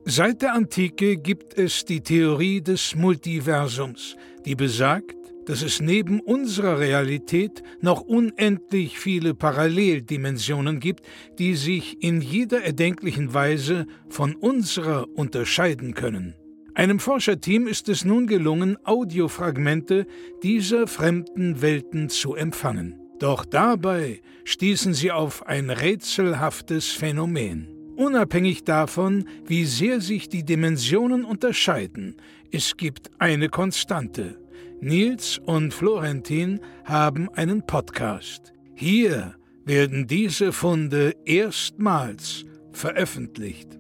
Seit der Antike gibt es die Theorie des Multiversums, die besagt, dass es neben unserer Realität noch unendlich viele Paralleldimensionen gibt, die sich in jeder erdenklichen Weise von unserer unterscheiden können. Einem Forscherteam ist es nun gelungen, Audiofragmente dieser fremden Welten zu empfangen. Doch dabei stießen sie auf ein rätselhaftes Phänomen. Unabhängig davon, wie sehr sich die Dimensionen unterscheiden, es gibt eine Konstante. Nils und Florentin haben einen Podcast. Hier werden diese Funde erstmals veröffentlicht.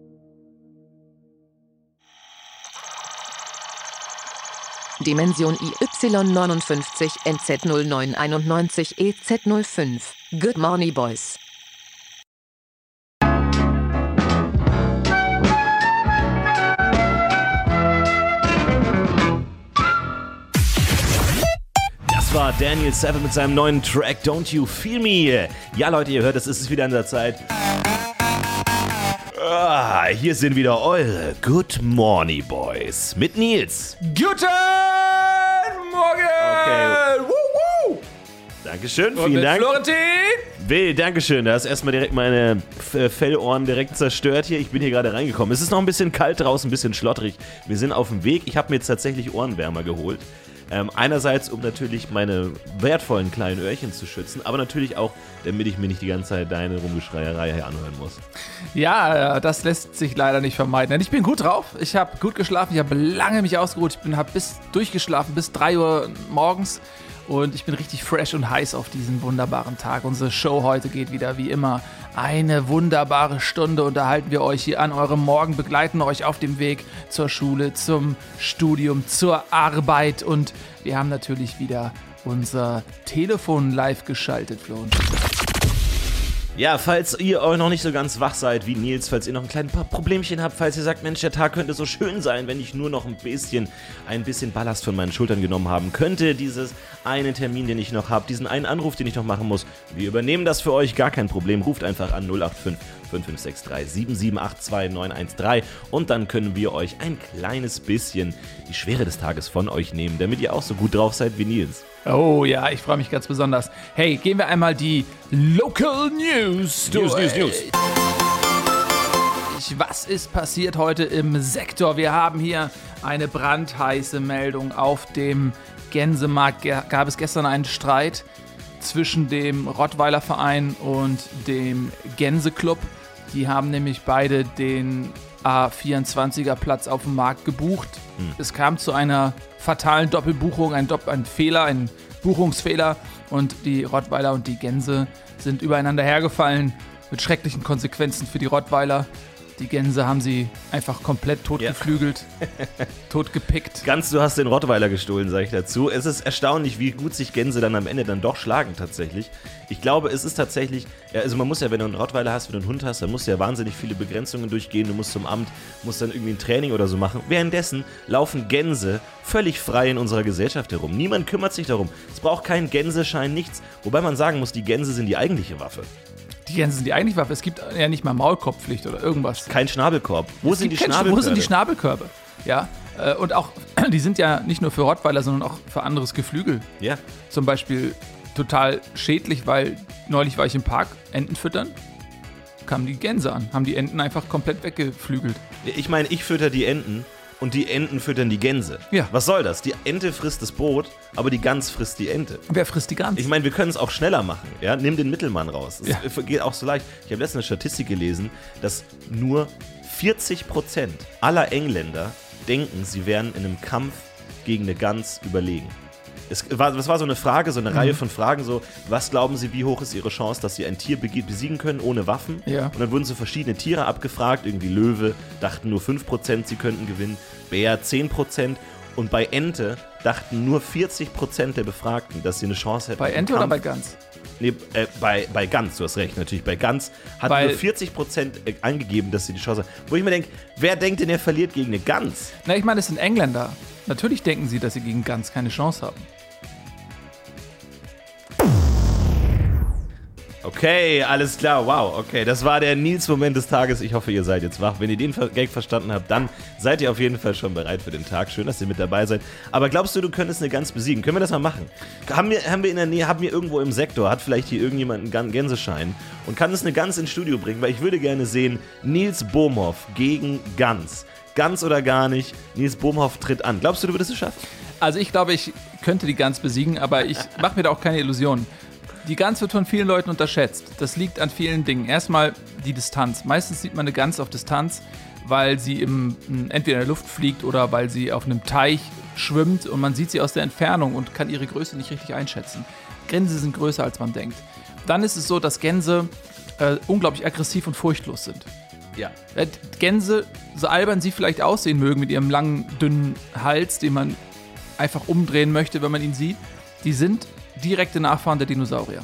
Dimension IY59 NZ0991 EZ05. Good Morning Boys. Das war Daniel Seven mit seinem neuen Track Don't You Feel Me. Ja Leute, ihr hört, es ist wieder an der Zeit. Hier sind wieder eure Good Morning Boys mit Nils. Guten Morgen! Okay. Woo! Dankeschön, Und vielen mit Dank. Florentin! Will, Dankeschön. Da ist erstmal direkt meine Fellohren direkt zerstört hier. Ich bin hier gerade reingekommen. Es ist noch ein bisschen kalt draußen, ein bisschen schlottrig. Wir sind auf dem Weg. Ich habe mir jetzt tatsächlich Ohrenwärmer geholt. Einerseits, um natürlich meine wertvollen kleinen Öhrchen zu schützen, aber natürlich auch, damit ich mir nicht die ganze Zeit deine Rumgeschreierei hier anhören muss. Ja, das lässt sich leider nicht vermeiden. Ich bin gut drauf. Ich habe gut geschlafen. Ich habe lange mich ausgeruht. Ich habe durchgeschlafen bis 3 Uhr morgens. Und ich bin richtig fresh und heiß auf diesen wunderbaren Tag. Unsere Show heute geht wieder wie immer eine wunderbare Stunde. Unterhalten wir euch hier an eurem Morgen, begleiten euch auf dem Weg zur Schule, zum Studium, zur Arbeit. Und wir haben natürlich wieder unser Telefon live geschaltet, Flo. Ja, falls ihr euch noch nicht so ganz wach seid wie Nils, falls ihr noch ein kleines paar Problemchen habt, falls ihr sagt, Mensch, der Tag könnte so schön sein, wenn ich nur noch ein bisschen Ballast von meinen Schultern genommen haben könnte, dieses einen Termin, den ich noch habe, diesen einen Anruf, den ich noch machen muss, wir übernehmen das für euch, gar kein Problem, ruft einfach an 085 5563 7782 913 und dann können wir euch ein kleines bisschen die Schwere des Tages von euch nehmen, damit ihr auch so gut drauf seid wie Nils. Oh ja, ich freue mich ganz besonders. Hey, gehen wir einmal die Local News durch. News. Was ist passiert heute im Sektor? Wir haben hier eine brandheiße Meldung. Auf dem Gänsemarkt gab es gestern einen Streit zwischen dem Rottweiler Verein und dem Gänseclub. Die haben nämlich beide den A24er Platz auf dem Markt gebucht. Es kam zu einer fatalen Doppelbuchung, ein Fehler, ein Buchungsfehler, und die Rottweiler und die Gänse sind übereinander hergefallen mit schrecklichen Konsequenzen für die Rottweiler. Die Gänse haben sie einfach komplett totgeflügelt, totgepickt. Ganz, du hast den Rottweiler gestohlen, sage ich dazu. Es ist erstaunlich, wie gut sich Gänse dann am Ende dann doch schlagen tatsächlich. Ich glaube, es ist tatsächlich, also man muss ja, wenn du einen Rottweiler hast, wenn du einen Hund hast, dann musst du ja wahnsinnig viele Begrenzungen durchgehen. Du musst zum Amt, musst dann irgendwie ein Training oder so machen. Währenddessen laufen Gänse völlig frei in unserer Gesellschaft herum. Niemand kümmert sich darum. Es braucht keinen Gänseschein, nichts. Wobei man sagen muss, die Gänse sind die eigentliche Waffe. Die Gänse sind die eigentlich Waffe. Es gibt ja nicht mal Maulkorbpflicht oder irgendwas. Kein Schnabelkorb. Wo sind die Schnabelkörbe? Wo sind die Schnabelkörbe? Ja, und auch, die sind ja nicht nur für Rottweiler, sondern auch für anderes Geflügel. Ja. Zum Beispiel total schädlich, weil neulich war ich im Park Enten füttern, kamen die Gänse an, haben die Enten einfach komplett weggeflügelt. Ich meine, ich fütter die Enten und die Enten füttern die Gänse. Ja. Was soll das? Die Ente frisst das Brot, aber die Gans frisst die Ente. Wer frisst die Gans? Ich meine, wir können es auch schneller machen. Ja? Nimm den Mittelmann raus. Es geht auch so leicht. Ich habe letztens eine Statistik gelesen, dass nur 40% aller Engländer denken, sie wären in einem Kampf gegen eine Gans überlegen. Das war so eine Frage, so eine Reihe von Fragen, so, was glauben Sie, wie hoch ist Ihre Chance, dass Sie ein Tier besiegen können ohne Waffen? Ja. Und dann wurden so verschiedene Tiere abgefragt, irgendwie Löwe dachten nur 5%, sie könnten gewinnen, Bär 10% und bei Ente dachten nur 40% der Befragten, dass sie eine Chance hätten. Bei Ente oder bei Gans? Nee, bei Gans, du hast recht, natürlich. Bei Gans hat nur 40% angegeben, dass sie die Chance haben. Wo ich mir denke, wer denkt denn, er verliert gegen eine Gans? Na, ich meine, es sind Engländer. Natürlich denken sie, dass sie gegen Gans keine Chance haben. Okay, alles klar, wow, okay, das war der Nils-Moment des Tages. Ich hoffe, ihr seid jetzt wach. Wenn ihr den Gag verstanden habt, dann seid ihr auf jeden Fall schon bereit für den Tag. Schön, dass ihr mit dabei seid. Aber glaubst du könntest eine Gans besiegen? Können wir das mal machen? Haben wir in der Nähe, haben wir irgendwo im Sektor, hat vielleicht hier irgendjemand einen Gänseschein und kann es eine Gans ins Studio bringen? Weil ich würde gerne sehen, Nils Bohmhoff gegen Gans. Gans oder gar nicht, Nils Bohmhoff tritt an. Glaubst du würdest es schaffen? Also ich glaube, ich könnte die Gans besiegen, aber ich mache mir da auch keine Illusionen. Die Gans wird von vielen Leuten unterschätzt. Das liegt an vielen Dingen. Erstmal die Distanz. Meistens sieht man eine Gans auf Distanz, weil sie entweder in der Luft fliegt oder weil sie auf einem Teich schwimmt und man sieht sie aus der Entfernung und kann ihre Größe nicht richtig einschätzen. Gänse sind größer, als man denkt. Dann ist es so, dass Gänse unglaublich aggressiv und furchtlos sind. Ja. Gänse, so albern sie vielleicht aussehen mögen mit ihrem langen, dünnen Hals, den man einfach umdrehen möchte, wenn man ihn sieht, die sind direkte Nachfahren der Dinosaurier.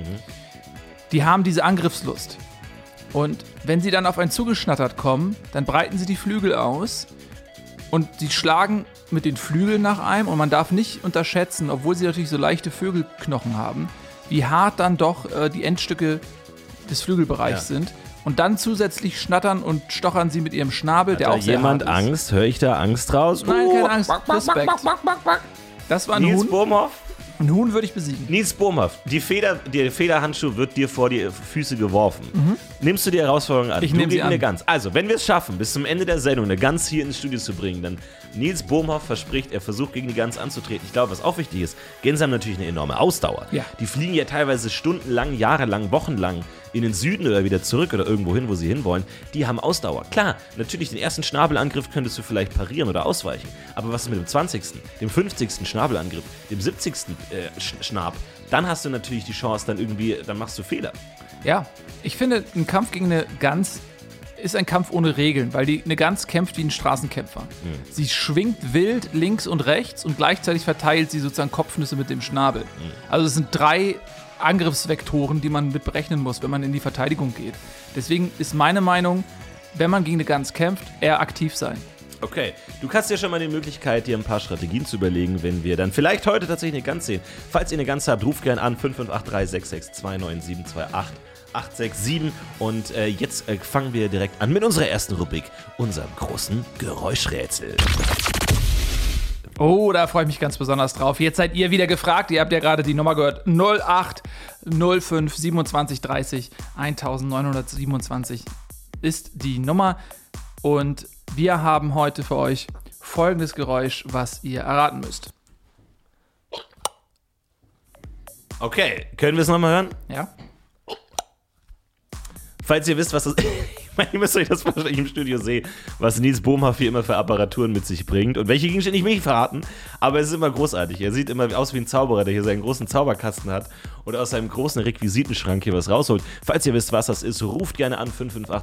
Die haben diese Angriffslust. Und wenn sie dann auf einen zugeschnattert kommen, dann breiten sie die Flügel aus und sie schlagen mit den Flügeln nach einem und man darf nicht unterschätzen, obwohl sie natürlich so leichte Vögelknochen haben, wie hart dann doch die Endstücke des Flügelbereichs sind. Und dann zusätzlich schnattern und stochern sie mit ihrem Schnabel, der auch sehr hart ist. Jemand Angst? Höre ich da Angst raus? Nein, keine Angst. Respekt. Das war ein Nils Huhn. Bohmhoff? Ein Huhn würde ich besiegen. Nils Bohmhoff, der Federhandschuh wird dir vor die Füße geworfen. Nimmst du die Herausforderung an? Ich nehme sie an. Eine Gans. Also, wenn wir es schaffen, bis zum Ende der Sendung eine Gans hier ins Studio zu bringen, dann Nils Bohmhoff verspricht, er versucht gegen die Gans anzutreten. Ich glaube, was auch wichtig ist, Gänse haben natürlich eine enorme Ausdauer. Ja. Die fliegen ja teilweise stundenlang, jahrelang, wochenlang in den Süden oder wieder zurück oder irgendwo hin, wo sie hinwollen. Die haben Ausdauer. Klar, natürlich den ersten Schnabelangriff könntest du vielleicht parieren oder ausweichen. Aber was ist mit dem 20., dem 50. Schnabelangriff, dem 70. Schnab? Dann hast du natürlich die Chance, dann machst du Fehler. Ja, ich finde, ein Kampf gegen eine Gans ist ein Kampf ohne Regeln, weil eine Gans kämpft wie ein Straßenkämpfer. Sie schwingt wild links und rechts und gleichzeitig verteilt sie sozusagen Kopfnüsse mit dem Schnabel. Also es sind 3 Angriffsvektoren, die man mit berechnen muss, wenn man in die Verteidigung geht. Deswegen ist meine Meinung, wenn man gegen eine Gans kämpft, eher aktiv sein. Okay, du hast ja schon mal die Möglichkeit, dir ein paar Strategien zu überlegen, wenn wir dann vielleicht heute tatsächlich eine Gans sehen. Falls ihr eine Gans habt, ruft gerne an 55836629728. 867 und jetzt fangen wir direkt an mit unserer ersten Rubrik, unserem großen Geräuschrätsel. Oh, da freue ich mich ganz besonders drauf. Jetzt seid ihr wieder gefragt. Ihr habt ja gerade die Nummer gehört. 08 05 27 30 1927 ist die Nummer. Und wir haben heute für euch folgendes Geräusch, was ihr erraten müsst. Okay, können wir es nochmal hören? Ja? Falls ihr wisst, was das ihr müsst euch das wahrscheinlich im Studio sehen, was Nils Bohmhoff hier immer für Apparaturen mit sich bringt und welche Gegenstände ich will nicht verraten, aber es ist immer großartig. Er sieht immer aus wie ein Zauberer, der hier seinen großen Zauberkasten hat und aus seinem großen Requisitenschrank hier was rausholt. Falls ihr wisst, was das ist, ruft gerne an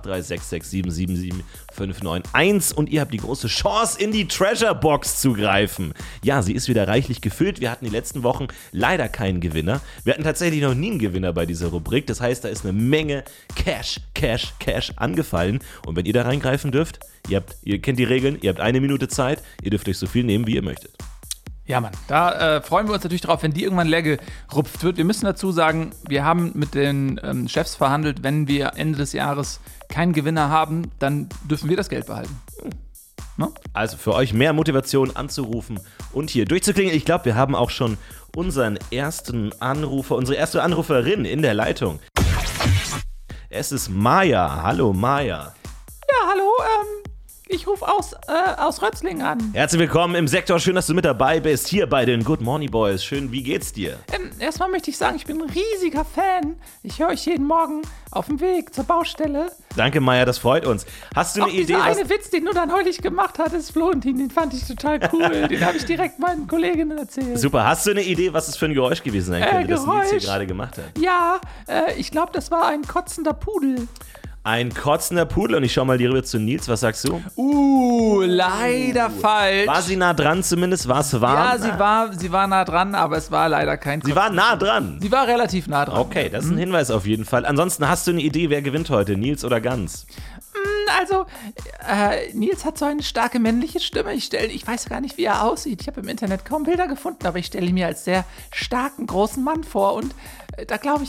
5583667775991 und ihr habt die große Chance, in die Treasure Box zu greifen. Ja, sie ist wieder reichlich gefüllt. Wir hatten die letzten Wochen leider keinen Gewinner. Wir hatten tatsächlich noch nie einen Gewinner bei dieser Rubrik. Das heißt, da ist eine Menge Cash angefallen. Und wenn ihr da reingreifen dürft, ihr kennt die Regeln, ihr habt 1 Minute Zeit, ihr dürft euch so viel nehmen, wie ihr möchtet. Ja, Mann, da freuen wir uns natürlich drauf, wenn die irgendwann leer gerupft wird. Wir müssen dazu sagen, wir haben mit den Chefs verhandelt, wenn wir Ende des Jahres keinen Gewinner haben, dann dürfen wir das Geld behalten. Ne? Also für euch mehr Motivation anzurufen und hier durchzuklingeln. Ich glaube, wir haben auch schon unseren ersten Anrufer, unsere erste Anruferin in der Leitung. Es ist Maja. Hallo, Maja. Ja, hallo, ich rufe aus Rötzlingen an. Herzlich willkommen im Sektor. Schön, dass du mit dabei bist, hier bei den Good Morning Boys. Schön, wie geht's dir? Erstmal möchte ich sagen, ich bin ein riesiger Fan. Ich höre euch jeden Morgen auf dem Weg zur Baustelle. Danke, Maja, das freut uns. Hast du eine Idee, dieser eine Witz, den du dann neulich gemacht hattest, Florentin, den fand ich total cool. Den habe ich direkt meinen Kolleginnen erzählt. Super, hast du eine Idee, was es für ein Geräusch gewesen sein könnte, das Nils hier gerade gemacht hat? Ja, ich glaube, das war ein kotzender Pudel. Ein kotzender Pudel und ich schau mal die rüber zu Nils, was sagst du? Leider falsch. War sie nah dran zumindest? War es warm? Ja, sie war nah dran, aber es war leider kein Sie war nah dran? Sie war relativ nah dran. Okay, das ist ein Hinweis auf jeden Fall. Ansonsten hast du eine Idee, wer gewinnt heute, Nils oder Gans? Also, Nils hat so eine starke männliche Stimme. Ich weiß gar nicht, wie er aussieht. Ich habe im Internet kaum Bilder gefunden, aber ich stelle ihn mir als sehr starken, großen Mann vor. Und da glaube ich,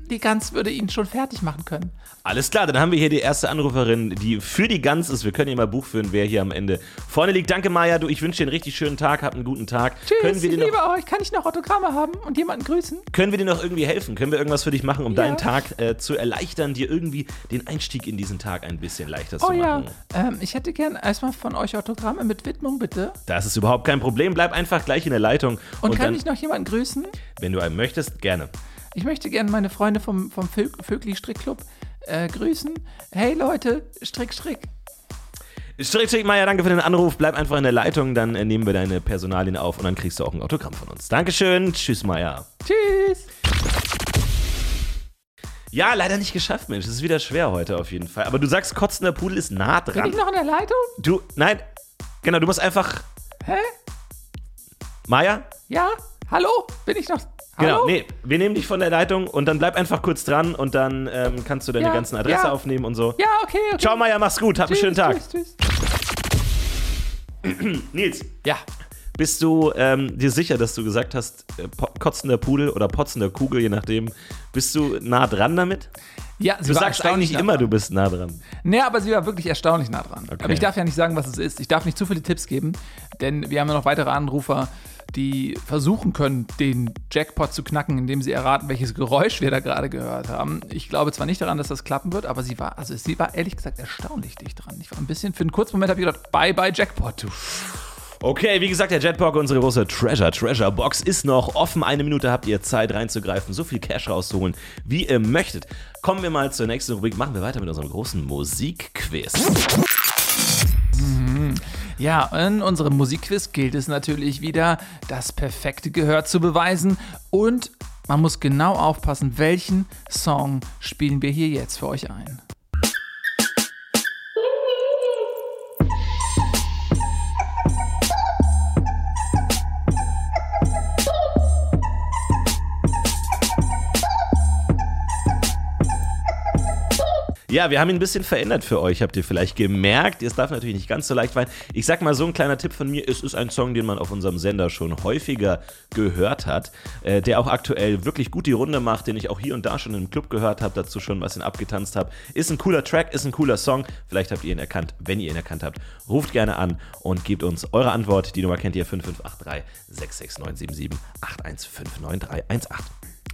die Gans würde ihn schon fertig machen können. Alles klar, dann haben wir hier die erste Anruferin, die für die Gans ist. Wir können hier mal Buch führen, wer hier am Ende vorne liegt. Danke, Maja. Ich wünsche dir einen richtig schönen Tag. Hab einen guten Tag. Tschüss, ich liebe euch. Kann ich noch Autogramme haben und jemanden grüßen? Können wir dir noch irgendwie helfen? Können wir irgendwas für dich machen, um deinen Tag zu erleichtern, dir irgendwie den Einstieg in diesen Tag ein bisschen leichter zu machen? Ich hätte gern erstmal von euch Autogramme mit Widmung, bitte. Das ist überhaupt kein Problem. Bleib einfach gleich in der Leitung. Und kann ich noch jemanden grüßen? Wenn du einen möchtest, gerne. Ich möchte gerne meine Freunde vom Vögli-Strickclub grüßen. Hey Leute, Strick. Strick, Maja, danke für den Anruf. Bleib einfach in der Leitung, dann nehmen wir deine Personalien auf und dann kriegst du auch ein Autogramm von uns. Dankeschön. Tschüss, Maja. Tschüss. Ja, leider nicht geschafft, Mensch. Es ist wieder schwer heute auf jeden Fall. Aber du sagst, kotzender Pudel ist nah dran. Bin ich noch in der Leitung? Nein. Genau, du musst einfach... Hä? Maja? Ja? Hallo? Bin ich noch... Genau, nee, wir nehmen dich von der Leitung und dann bleib einfach kurz dran und dann kannst du deine ganzen Adresse aufnehmen und so. Ja, okay. Ciao, Maja, mach's gut, hab einen schönen Tag. Tschüss. Nils. Ja. Bist du dir sicher, dass du gesagt hast, kotzender Pudel oder potzender Kugel, je nachdem, bist du nah dran damit? Ja, du sagst eigentlich immer, du bist nah dran. Nee, aber sie war wirklich erstaunlich nah dran. Okay. Aber ich darf ja nicht sagen, was es ist. Ich darf nicht zu viele Tipps geben, denn wir haben ja noch weitere Anrufer, die versuchen können, den Jackpot zu knacken, indem sie erraten, welches Geräusch wir da gerade gehört haben. Ich glaube zwar nicht daran, dass das klappen wird, aber sie war ehrlich gesagt erstaunlich dicht dran. Ich war ein bisschen, für einen kurzen Moment habe ich gedacht, bye Jackpot, du. Okay, wie gesagt, der Jetbox, unsere große Treasure Box ist noch offen. 1 Minute habt ihr Zeit reinzugreifen, so viel Cash rauszuholen, wie ihr möchtet. Kommen wir mal zur nächsten Rubrik, machen wir weiter mit unserem großen Musikquiz. Ja, in unserem Musikquiz gilt es natürlich wieder, das perfekte Gehör zu beweisen und man muss genau aufpassen, welchen Song spielen wir hier jetzt für euch ein. Ja, wir haben ihn ein bisschen verändert für euch, habt ihr vielleicht gemerkt. Es darf natürlich nicht ganz so leicht sein. Ich sag mal, so ein kleiner Tipp von mir, es ist ein Song, den man auf unserem Sender schon häufiger gehört hat, der auch aktuell wirklich gut die Runde macht, den ich auch hier und da schon im Club gehört habe, dazu schon ein bisschen abgetanzt habe. Ist ein cooler Track, ist ein cooler Song. Vielleicht habt ihr ihn erkannt. Wenn ihr ihn erkannt habt, ruft gerne an und gebt uns eure Antwort. Die Nummer kennt ihr, 5583 66977 8159318.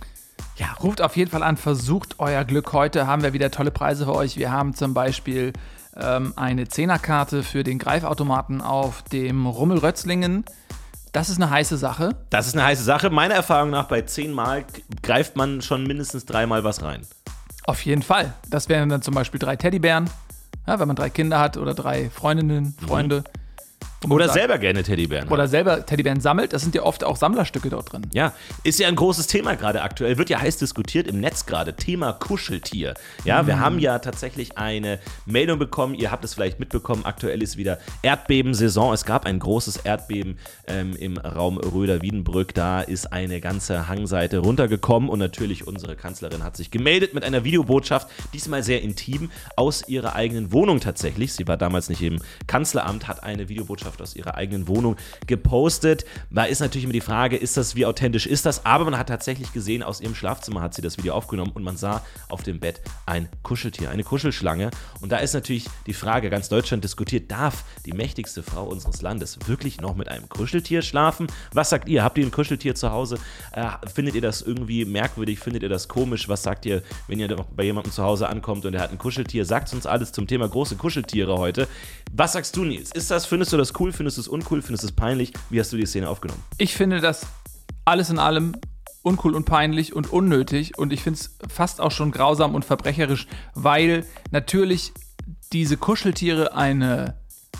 Ja, ruft auf jeden Fall an, versucht euer Glück. Heute haben wir wieder tolle Preise für euch. Wir haben zum Beispiel eine 10er-Karte für den Greifautomaten auf dem Rummel Rötzlingen. Das ist eine heiße Sache. Das ist eine heiße Sache. Meiner Erfahrung nach, bei 10 Mal greift man schon mindestens 3 Mal was rein. Auf jeden Fall. Das wären dann zum Beispiel 3 Teddybären, ja, wenn man 3 Kinder hat oder 3 Freundinnen, Freunde. Oder selber gerne Teddybären hat. Oder selber Teddybären sammelt. Das sind ja oft auch Sammlerstücke dort drin. Ja, ist ja ein großes Thema gerade aktuell. Wird ja heiß diskutiert im Netz gerade. Thema Kuscheltier. Ja, wir haben ja tatsächlich eine Meldung bekommen. Ihr habt es vielleicht mitbekommen. Aktuell ist wieder Erdbebensaison. Es gab ein großes Erdbeben im Raum Röder-Wiedenbrück. Da ist eine ganze Hangseite runtergekommen. Und natürlich unsere Kanzlerin hat sich gemeldet mit einer Videobotschaft. Diesmal sehr intim aus ihrer eigenen Wohnung tatsächlich. Sie war damals nicht im Kanzleramt, hat eine Videobotschaft aus ihrer eigenen Wohnung gepostet. Da ist natürlich immer die Frage, ist das, wie authentisch ist das? Aber man hat tatsächlich gesehen, aus ihrem Schlafzimmer hat sie das Video aufgenommen und man sah auf dem Bett ein Kuscheltier, eine Kuschelschlange. Und da ist natürlich die Frage, ganz Deutschland diskutiert, darf die mächtigste Frau unseres Landes wirklich noch mit einem Kuscheltier schlafen? Was sagt ihr? Habt ihr ein Kuscheltier zu Hause? Findet ihr das irgendwie merkwürdig? Findet ihr das komisch? Was sagt ihr, wenn ihr bei jemandem zu Hause ankommt und er hat ein Kuscheltier? Sagt uns alles zum Thema große Kuscheltiere heute. Was sagst du, Nils? Findest du das cool? Findest du es uncool? Findest du es peinlich? Wie hast du die Szene aufgenommen? Ich finde das alles in allem uncool und peinlich und unnötig und ich finde es fast auch schon grausam und verbrecherisch, weil natürlich diese Kuscheltiere eine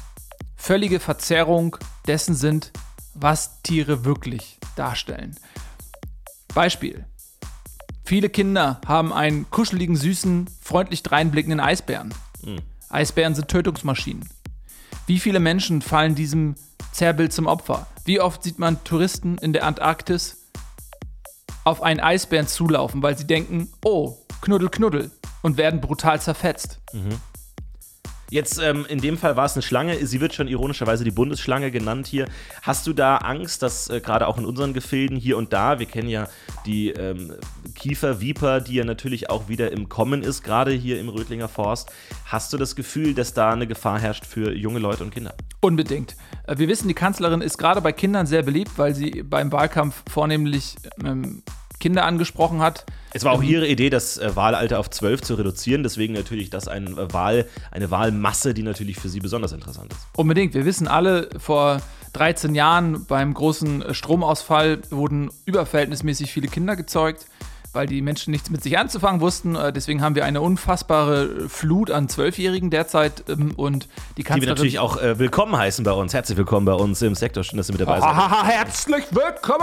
völlige Verzerrung dessen sind, was Tiere wirklich darstellen. Beispiel. Viele Kinder haben einen kuscheligen, süßen, freundlich dreinblickenden Eisbären. Eisbären sind Tötungsmaschinen. Wie viele Menschen fallen diesem Zerrbild zum Opfer? Wie oft sieht man Touristen in der Antarktis auf einen Eisbären zulaufen, weil sie denken, oh, Knuddel, Knuddel, und werden brutal zerfetzt. Jetzt, in dem Fall war es eine Schlange. Sie wird schon ironischerweise die Bundesschlange genannt hier. Hast du da Angst, dass gerade auch in unseren Gefilden hier und da, wir kennen ja die Kieferviper, die ja natürlich auch wieder im Kommen ist, gerade hier im Rötlinger Forst. Hast du das Gefühl, dass da eine Gefahr herrscht für junge Leute und Kinder? Unbedingt. Wir wissen, die Kanzlerin ist gerade bei Kindern sehr beliebt, weil sie beim Wahlkampf vornehmlich Kinder angesprochen hat. Es war auch ihre Idee, das Wahlalter auf 12 zu reduzieren, deswegen natürlich das eine Wahlmasse, die natürlich für sie besonders interessant ist. Unbedingt. Wir wissen alle, vor 13 Jahren beim großen Stromausfall wurden überverhältnismäßig viele Kinder gezeugt, weil die Menschen nichts mit sich anzufangen wussten. Deswegen haben wir eine unfassbare Flut an 12-Jährigen derzeit und die Kanzlerin... Die wir natürlich auch willkommen heißen bei uns. Herzlich willkommen bei uns im Sektor. Schön, dass Sie mit dabei sind. Herzlich willkommen!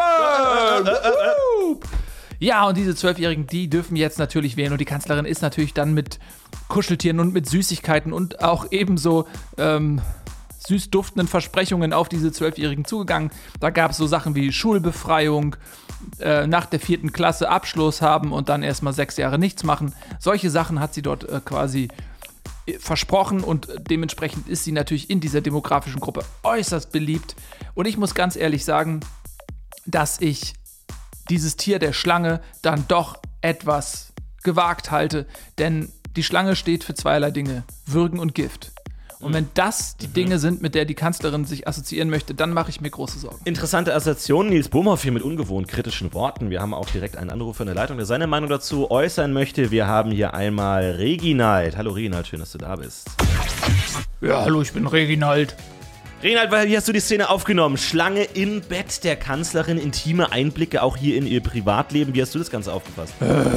Ja, und diese 12-Jährigen, die dürfen jetzt natürlich wählen und die Kanzlerin ist natürlich dann mit Kuscheltieren und mit Süßigkeiten und auch ebenso süß duftenden Versprechungen auf diese 12-Jährigen zugegangen. Da gab es so Sachen wie Schulbefreiung, nach der 4. Klasse Abschluss haben und dann erstmal 6 Jahre nichts machen. Solche Sachen hat sie dort quasi versprochen und dementsprechend ist sie natürlich in dieser demografischen Gruppe äußerst beliebt. Und ich muss ganz ehrlich sagen, dass ich dieses Tier der Schlange dann doch etwas gewagt halte, denn die Schlange steht für zweierlei Dinge, Würgen und Gift. Und wenn das die Dinge sind, mit der die Kanzlerin sich assoziieren möchte, dann mache ich mir große Sorgen. Interessante Assoziation, Nils Bohmhoff hier mit ungewohnt kritischen Worten. Wir haben auch direkt einen Anrufer in der Leitung, der seine Meinung dazu äußern möchte. Wir haben hier einmal Reginald. Hallo Reginald, schön, dass du da bist. Ja, hallo, ich bin Reginald. Reginald, wie hast du die Szene aufgenommen? Schlange im Bett der Kanzlerin, intime Einblicke auch hier in ihr Privatleben. Wie hast du das Ganze aufgefasst?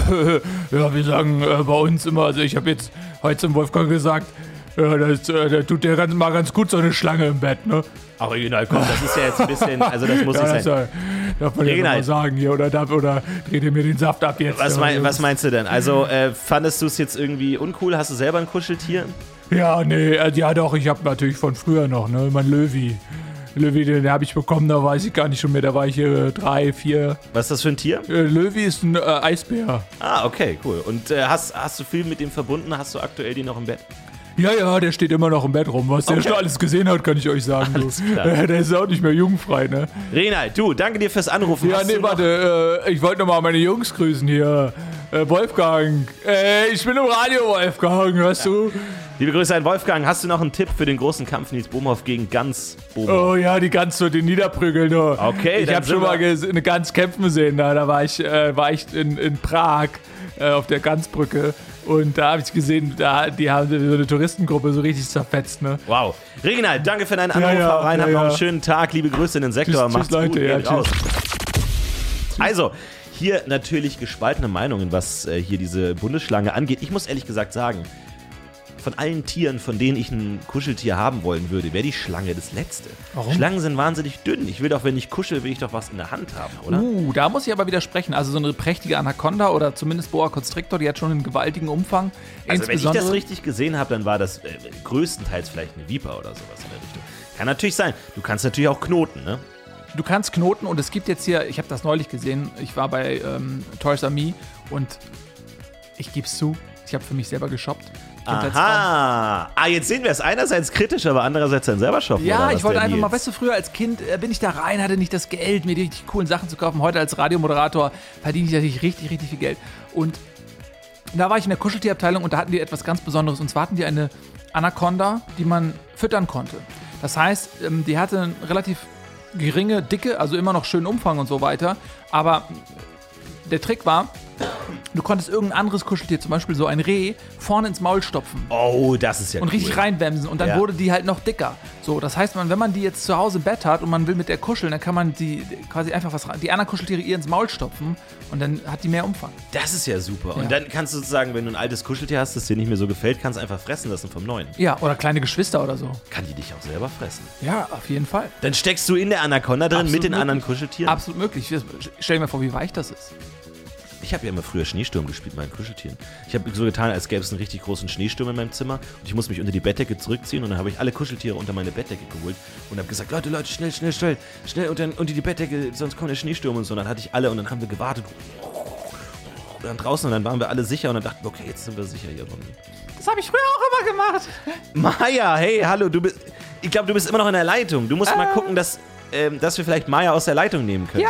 Ja, wir sagen bei uns immer, also ich habe jetzt heute zum Wolfgang gesagt, ja, das tut dir mal ganz gut, so eine Schlange im Bett, ne? Ach, Reginald, komm, das ist ja jetzt ein bisschen, also das muss ja, nicht sein. Darf man ja noch mal sagen hier, oder dreht ihr mir den Saft ab jetzt? Was meinst du denn? Also, fandest du es jetzt irgendwie uncool? Hast du selber ein Kuscheltier? Ja, nee, ja doch, ich habe natürlich von früher noch, ne, mein Löwi. Löwi, den habe ich bekommen, da weiß ich gar nicht schon mehr, da war ich 3, 4. Was ist das für ein Tier? Löwi ist ein Eisbär. Ah, okay, cool. Und hast du viel mit dem verbunden? Hast du aktuell den noch im Bett? Ja, der steht immer noch im Bett rum. Was der schon alles gesehen hat, kann ich euch sagen. Alles klar. Der ist auch nicht mehr jugendfrei, ne? Reginald, du, danke dir fürs Anrufen. Ja, nee, warte, ich wollte nochmal meine Jungs grüßen hier. Wolfgang. Ich bin im Radio, Wolfgang, hörst du? Liebe Grüße an Wolfgang. Hast du noch einen Tipp für den großen Kampf Nils Bohmhoff gegen Gans Bohmhoff? Oh ja, die Gans zu den Niederprügeln. Okay, ich habe schon mal eine Gans kämpfen sehen. Da war ich in Prag auf der Gansbrücke. Und da habe ich gesehen, die haben so eine Touristengruppe so richtig zerfetzt, ne? Wow. Reginald, danke für deinen Anruf. Hau rein, hab noch einen schönen Tag. Liebe Grüße in den Sektor. Tschüss, Macht's Leute, gut, geht raus. Tschüss. Also, hier natürlich gespaltene Meinungen, was hier diese Bundesschlange angeht. Ich muss ehrlich gesagt sagen, von allen Tieren, von denen ich ein Kuscheltier haben wollen würde, wäre die Schlange das Letzte. Warum? Schlangen sind wahnsinnig dünn. Ich will doch, wenn ich kuschel, will ich doch was in der Hand haben, oder? Da muss ich aber widersprechen. Also so eine prächtige Anaconda oder zumindest Boa Constrictor, die hat schon einen gewaltigen Umfang. Also wenn ich das richtig gesehen habe, dann war das größtenteils vielleicht eine Viper oder sowas in der Richtung. Kann natürlich sein. Du kannst natürlich auch knoten, ne? Du kannst knoten und es gibt jetzt hier, ich habe das neulich gesehen, ich war bei Toys R Me und ich gebe es zu, ich habe für mich selber geshoppt. Aha. Jetzt sehen wir es. Einerseits kritisch, aber andererseits dann selber shoppen. Ja, ich wollte einfach mal, weißt du, früher als Kind bin ich da rein, hatte nicht das Geld, mir die richtig coolen Sachen zu kaufen. Heute als Radiomoderator verdiene ich natürlich richtig, richtig viel Geld. Und da war ich in der Kuscheltierabteilung und da hatten die etwas ganz Besonderes. Und zwar hatten die eine Anaconda, die man füttern konnte. Das heißt, die hatte eine relativ geringe Dicke, also immer noch schönen Umfang und so weiter. Aber der Trick war, du konntest irgendein anderes Kuscheltier, zum Beispiel so ein Reh, vorne ins Maul stopfen. Oh, das ist ja und cool. richtig reinwämsen und dann wurde die halt noch dicker. So, das heißt, wenn man die jetzt zu Hause im Bett hat und man will mit der kuscheln, dann kann man die quasi einfach die anderen Kuscheltiere ihr ins Maul stopfen und dann hat die mehr Umfang. Das ist ja super. Ja. Und dann kannst du sozusagen, wenn du ein altes Kuscheltier hast, das dir nicht mehr so gefällt, kannst du einfach fressen lassen vom neuen. Ja, oder kleine Geschwister oder so. Kann die dich auch selber fressen? Ja, auf jeden Fall. Dann steckst du in der Anaconda drin Absolut mit den möglich. anderen Kuscheltieren? Absolut möglich. Stell dir mal vor, wie weich das ist. Ich habe ja immer früher Schneesturm gespielt mit meinen Kuscheltieren. Ich habe so getan, als gäbe es einen richtig großen Schneesturm in meinem Zimmer und ich muss mich unter die Bettdecke zurückziehen und dann habe ich alle Kuscheltiere unter meine Bettdecke geholt und habe gesagt, Leute, schnell unter die Bettdecke, sonst kommt der Schneesturm und so. Und dann hatte ich alle und dann haben wir gewartet. dann draußen und dann waren wir alle sicher und dann dachten wir, okay, jetzt sind wir sicher hier drin. Das habe ich früher auch immer gemacht. Maja, hey, hallo, ich glaube, du bist immer noch in der Leitung. Du musst mal gucken, dass wir vielleicht Maja aus der Leitung nehmen können.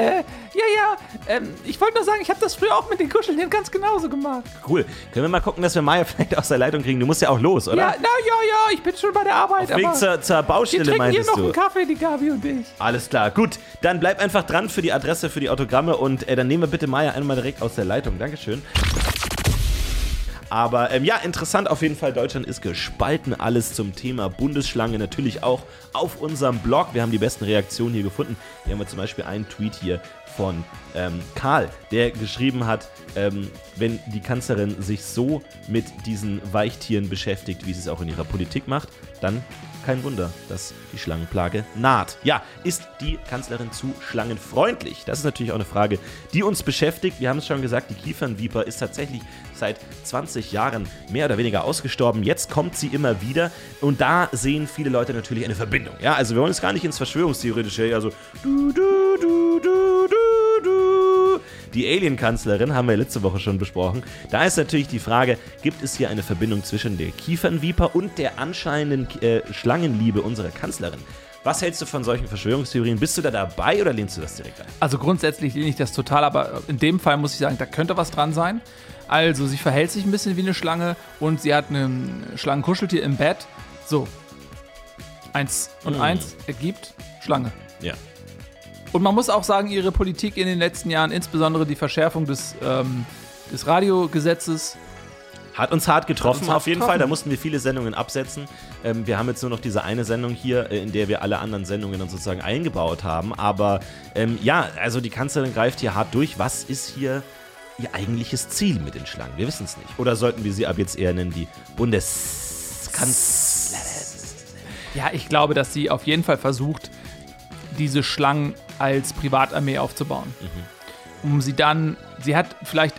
Ich wollte nur sagen, ich habe das früher auch mit den Kuscheltieren ganz genauso gemacht. Cool. Können wir mal gucken, dass wir Maja vielleicht aus der Leitung kriegen? Du musst ja auch los, oder? Ja, ich bin schon bei der Arbeit. Auf Weg zur Baustelle, meintest du? Wir trinken hier noch einen Kaffee, die Gabi und ich. Alles klar, gut. Dann bleib einfach dran für die Adresse, für die Autogramme und dann nehmen wir bitte Maja einmal direkt aus der Leitung. Dankeschön. Aber interessant auf jeden Fall, Deutschland ist gespalten, alles zum Thema Bundesschlange, natürlich auch auf unserem Blog. Wir haben die besten Reaktionen hier gefunden. Hier haben wir zum Beispiel einen Tweet hier von Karl, der geschrieben hat, wenn die Kanzlerin sich so mit diesen Weichtieren beschäftigt, wie sie es auch in ihrer Politik macht, dann kein Wunder, dass die Schlangenplage naht. Ja, ist die Kanzlerin zu schlangenfreundlich? Das ist natürlich auch eine Frage, die uns beschäftigt. Wir haben es schon gesagt, die Kiefernviper ist tatsächlich seit 20 Jahren mehr oder weniger ausgestorben. Jetzt kommt sie immer wieder und da sehen viele Leute natürlich eine Verbindung. Ja, also wir wollen jetzt gar nicht ins Verschwörungstheoretische, also die Alien-Kanzlerin haben wir letzte Woche schon besprochen. Da ist natürlich die Frage, gibt es hier eine Verbindung zwischen der Kiefernviper und der anscheinenden Schlangenliebe unserer Kanzlerin? Was hältst du von solchen Verschwörungstheorien? Bist du da dabei oder lehnst du das direkt ein? Also grundsätzlich lehne ich das total, aber in dem Fall muss ich sagen, da könnte was dran sein. Also sie verhält sich ein bisschen wie eine Schlange und sie hat ein Schlangenkuscheltier im Bett. So, 1 und 1 ergibt Schlange. Ja. Und man muss auch sagen, ihre Politik in den letzten Jahren, insbesondere die Verschärfung des Radiogesetzes, hat uns hart getroffen, auf jeden Fall. Da mussten wir viele Sendungen absetzen. Wir haben jetzt nur noch diese eine Sendung hier, in der wir alle anderen Sendungen dann sozusagen eingebaut haben. Aber also die Kanzlerin greift hier hart durch. Was ist hier ihr eigentliches Ziel mit den Schlangen? Wir wissen es nicht. Oder sollten wir sie ab jetzt eher nennen, die Bundeskanzlerin? Ja, ich glaube, dass sie auf jeden Fall versucht, diese Schlangen als Privatarmee aufzubauen. Sie hat vielleicht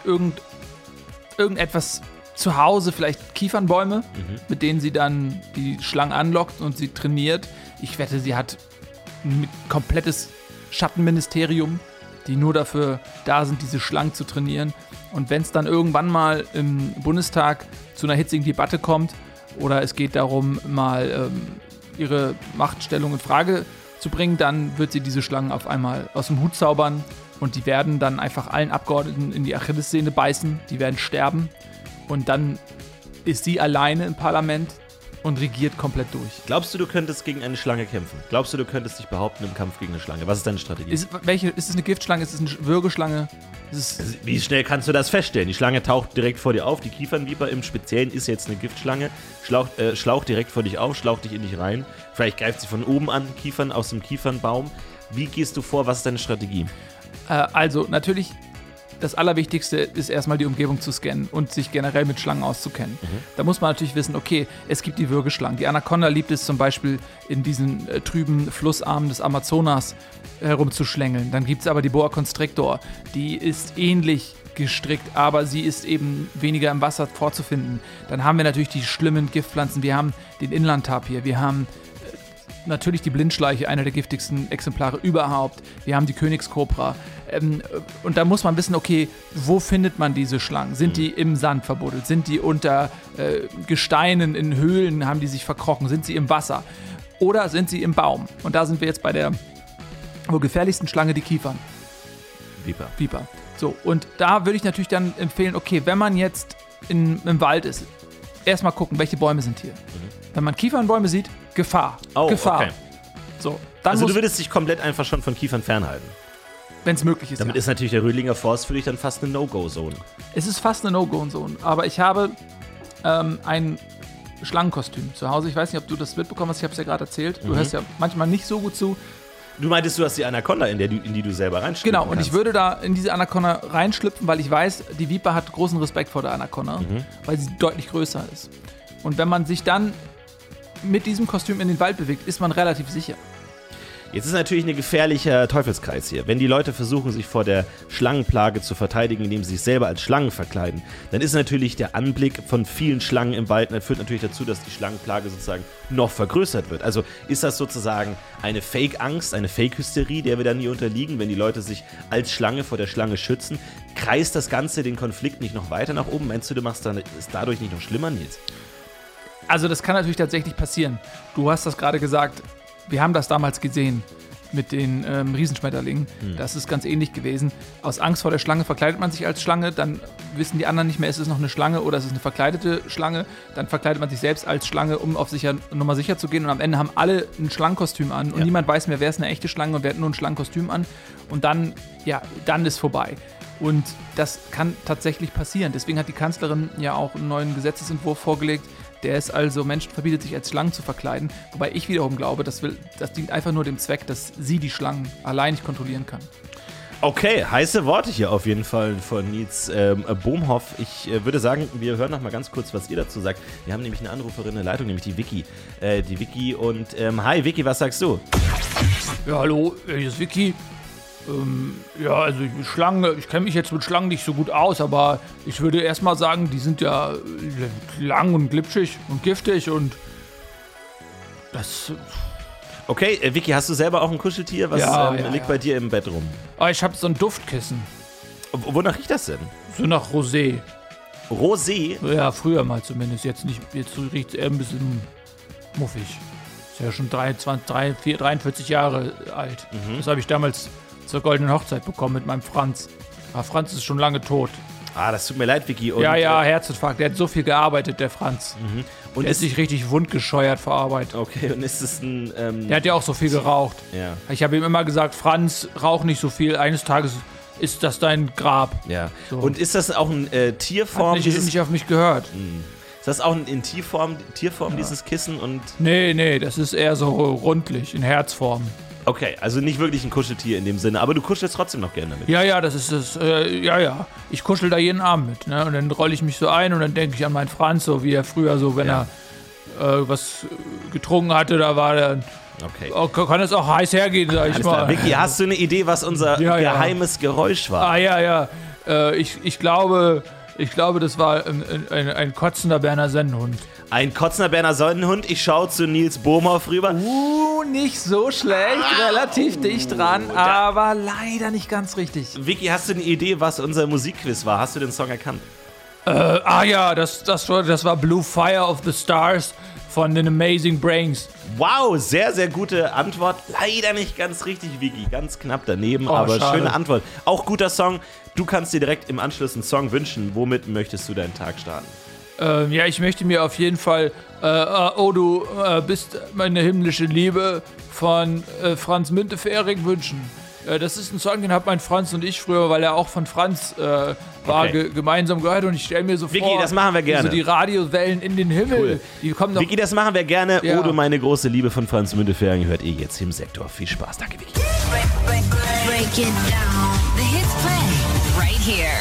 irgendetwas zu Hause, vielleicht Kiefernbäume, mit denen sie dann die Schlangen anlockt und sie trainiert. Ich wette, sie hat ein komplettes Schattenministerium, die nur dafür da sind, diese Schlangen zu trainieren. Und wenn es dann irgendwann mal im Bundestag zu einer hitzigen Debatte kommt oder es geht darum, mal ihre Machtstellung in Frage zu bringen, dann wird sie diese Schlangen auf einmal aus dem Hut zaubern und die werden dann einfach allen Abgeordneten in die Achillessehne beißen, die werden sterben und dann ist sie alleine im Parlament und regiert komplett durch. Glaubst du, du könntest gegen eine Schlange kämpfen? Glaubst du, du könntest dich behaupten im Kampf gegen eine Schlange? Was ist deine Strategie? Ist es eine Giftschlange? Ist es eine Würgeschlange? Wie schnell kannst du das feststellen? Die Schlange taucht direkt vor dir auf. Die Kiefernviper im Speziellen ist jetzt eine Giftschlange. Schlaucht direkt vor dich auf, schlaucht dich in dich rein. Vielleicht greift sie von oben an, Kiefern aus dem Kiefernbaum. Wie gehst du vor? Was ist deine Strategie? Also natürlich, das Allerwichtigste ist erstmal die Umgebung zu scannen und sich generell mit Schlangen auszukennen. Da muss man natürlich wissen, okay, es gibt die Würgeschlangen. Die Anaconda liebt es zum Beispiel in diesen trüben Flussarmen des Amazonas herumzuschlängeln. Dann gibt es aber die Boa Constrictor. Die ist ähnlich gestrickt, aber sie ist eben weniger im Wasser vorzufinden. Dann haben wir natürlich die schlimmen Giftpflanzen. Wir haben den Inlandtapir, wir haben natürlich die Blindschleiche, einer der giftigsten Exemplare überhaupt. Wir haben die Königskobra. Und da muss man wissen, okay, wo findet man diese Schlangen? Sind die im Sand verbuddelt? Sind die unter Gesteinen in Höhlen, haben die sich verkrochen? Sind sie im Wasser? Oder sind sie im Baum? Und da sind wir jetzt bei der wohl gefährlichsten Schlange, die Kiefern. Viper. So, und da würde ich natürlich dann empfehlen, okay, wenn man jetzt im Wald ist, erstmal gucken, welche Bäume sind hier. Wenn man Kiefernbäume sieht, Gefahr. Gefahr. Okay. So, dann also du würdest dich komplett einfach schon von Kiefern fernhalten? Wenn es möglich ist, Damit ist natürlich der Rödlinger Forst für dich dann fast eine No-Go-Zone. Es ist fast eine No-Go-Zone, aber ich habe ein Schlangenkostüm zu Hause. Ich weiß nicht, ob du das mitbekommen hast, ich habe es ja gerade erzählt. Du hörst ja manchmal nicht so gut zu. Du meintest, du hast die Anaconda, in die du selber reinschlüpfen Genau, und ich würde da in diese Anaconda reinschlüpfen, weil ich weiß, die Viper hat großen Respekt vor der Anaconda, weil sie deutlich größer ist. Und wenn man sich dann mit diesem Kostüm in den Wald bewegt, ist man relativ sicher. Jetzt ist natürlich ein gefährlicher Teufelskreis hier. Wenn die Leute versuchen, sich vor der Schlangenplage zu verteidigen, indem sie sich selber als Schlangen verkleiden, dann ist natürlich der Anblick von vielen Schlangen im Wald, das führt natürlich dazu, dass die Schlangenplage sozusagen noch vergrößert wird. Also ist das sozusagen eine Fake-Angst, eine Fake-Hysterie, der wir dann nie unterliegen, wenn die Leute sich als Schlange vor der Schlange schützen? Kreist das Ganze den Konflikt nicht noch weiter nach oben? Meinst du machst es dadurch nicht noch schlimmer, Nils? Also das kann natürlich tatsächlich passieren. Du hast das gerade gesagt, wir haben das damals gesehen mit den Riesenschmetterlingen. Das ist ganz ähnlich gewesen. Aus Angst vor der Schlange verkleidet man sich als Schlange, dann wissen die anderen nicht mehr, ist es noch eine Schlange oder ist es eine verkleidete Schlange. Dann verkleidet man sich selbst als Schlange, um auf Nummer sicher zu gehen. Und am Ende haben alle ein Schlangenkostüm an und niemand weiß mehr, wer ist eine echte Schlange und wer hat nur ein Schlangenkostüm an. Und dann ist vorbei. Und das kann tatsächlich passieren. Deswegen hat die Kanzlerin ja auch einen neuen Gesetzesentwurf vorgelegt, der ist also, Menschen verbietet sich als Schlangen zu verkleiden. Wobei ich wiederum glaube, das dient einfach nur dem Zweck, dass sie die Schlangen allein nicht kontrollieren kann. Okay, heiße Worte hier auf jeden Fall von Nils Bohmhoff. Ich würde sagen, wir hören noch mal ganz kurz, was ihr dazu sagt. Wir haben nämlich eine Anruferin in der Leitung, nämlich die Vicky. Und hi Vicky, was sagst du? Ja, hallo, hier ist Vicky. Also Schlangen, ich kenne mich jetzt mit Schlangen nicht so gut aus, aber ich würde erstmal sagen, die sind ja lang und glitschig und giftig und das... Okay, Vicky, hast du selber auch ein Kuscheltier? Was liegt bei dir im Bett rum? Ich habe so ein Duftkissen. Wonach riecht das denn? So nach Rosé. Rosé? Ja, früher mal zumindest, jetzt nicht, jetzt riecht es eher ein bisschen muffig. Ist ja schon 43 Jahre alt. Das habe ich damals zur Goldenen Hochzeit bekommen mit meinem Franz. Aber Franz ist schon lange tot. Ah, das tut mir leid, Vicky. Und, Herzinfarkt. Der hat so viel gearbeitet, der Franz. Und der ist sich richtig wundgescheuert vor Arbeit. Okay, und ist es ein... Der hat ja auch so viel geraucht. Ja. Ich habe ihm immer gesagt, Franz, rauch nicht so viel. Eines Tages ist das dein Grab. Ja. So. Und ist das auch ein Tierform? Hat nicht auf mich gehört. Ist das auch in Tierform dieses Kissen? Und Nee, das ist eher so rundlich, in Herzform. Okay, also nicht wirklich ein Kuscheltier in dem Sinne, aber du kuschelst trotzdem noch gerne damit. Ja, das ist es. Ich kuschel da jeden Abend mit, ne? Und dann rolle ich mich so ein und dann denke ich an meinen Franz, so wie er früher so, wenn er was getrunken hatte, da war der... Okay. Kann es auch heiß hergehen, sag ich mal. Vicky, hast du eine Idee, was unser geheimes Geräusch war? Ich glaube, das war ein kotzender Berner Sennenhund. Ein kotzender Berner Sonnenhund. Ich schaue zu Nils Bohmhoff rüber. Nicht so schlecht. Relativ dicht dran, aber leider nicht ganz richtig. Vicky, hast du eine Idee, was unser Musikquiz war? Hast du den Song erkannt? Das war Blue Fire of the Stars von den Amazing Brains. Wow, sehr, sehr gute Antwort. Leider nicht ganz richtig, Vicky. Ganz knapp daneben, aber schade. Schöne Antwort. Auch guter Song. Du kannst dir direkt im Anschluss einen Song wünschen. Womit möchtest du deinen Tag starten? Ich möchte mir auf jeden Fall Oh, du bist meine himmlische Liebe von Franz Müntefering wünschen. Das ist ein Song, den hat mein Franz und ich früher, weil er auch von Franz war, gemeinsam gehört. Und ich stelle mir so Vicky, vor, das machen wir gerne. So die Radiowellen in den Himmel. Cool. Die kommen noch. Vicky, das machen wir gerne. Ja. Oh, du meine große Liebe von Franz Müntefering hört ihr jetzt im Sektor. Viel Spaß. Danke, Vicky. Break it down. The hits play right here.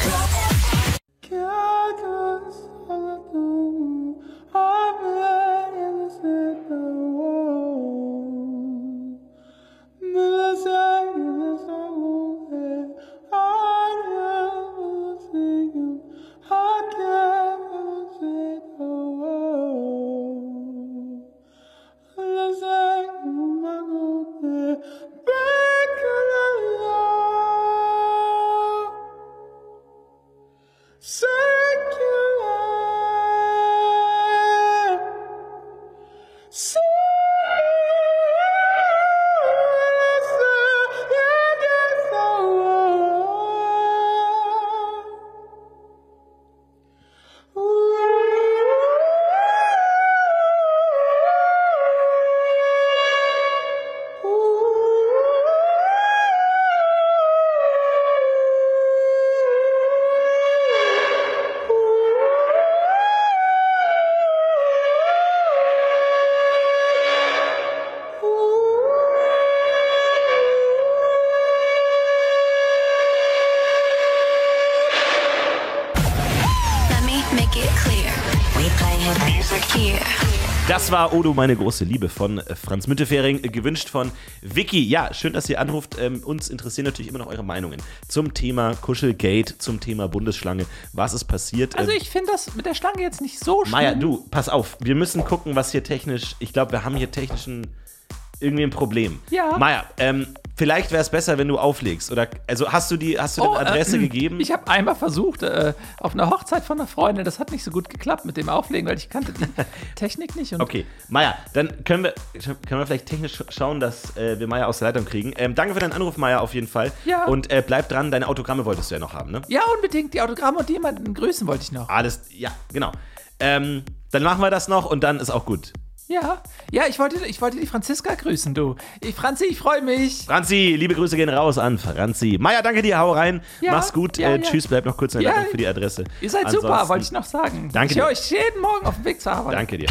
Das war Odo, meine große Liebe von Franz Müntefering, gewünscht von Vicky. Ja, schön, dass ihr anruft. Uns interessieren natürlich immer noch eure Meinungen zum Thema Kuschelgate, zum Thema Bundesschlange. Was ist passiert? Also ich finde das mit der Schlange jetzt nicht so schlimm. Maja, du, pass auf. Wir müssen gucken, was hier technisch... Ich glaube, wir haben hier irgendwie ein Problem. Ja. Maja, vielleicht wäre es besser, wenn du auflegst. Oder, also hast du die Adresse gegeben? Ich habe einmal versucht, auf einer Hochzeit von einer Freundin, das hat nicht so gut geklappt mit dem Auflegen, weil ich kannte die Technik nicht. Und Okay, Maja, dann können wir vielleicht technisch schauen, dass wir Maja aus der Leitung kriegen. Danke für deinen Anruf, Maja, auf jeden Fall. Ja. Und bleib dran, deine Autogramme wolltest du ja noch haben, ne? ja, unbedingt, die Autogramme und jemanden grüßen wollte ich noch. Alles, ja, genau. Dann machen wir das noch und dann ist auch gut. Ja, ich wollte die Franziska grüßen, du. Franzi, ich freue mich. Franzi, liebe Grüße gehen raus an Franzi. Maja, danke dir, hau rein. Ja, Mach's gut. ja. Tschüss, bleib noch kurz in der Ja. Leitung für die Adresse. Ihr seid Ansonsten, super, wollte ich noch sagen. Danke ich dir. höre euch jeden Morgen auf dem Weg zur Arbeit. Danke dir.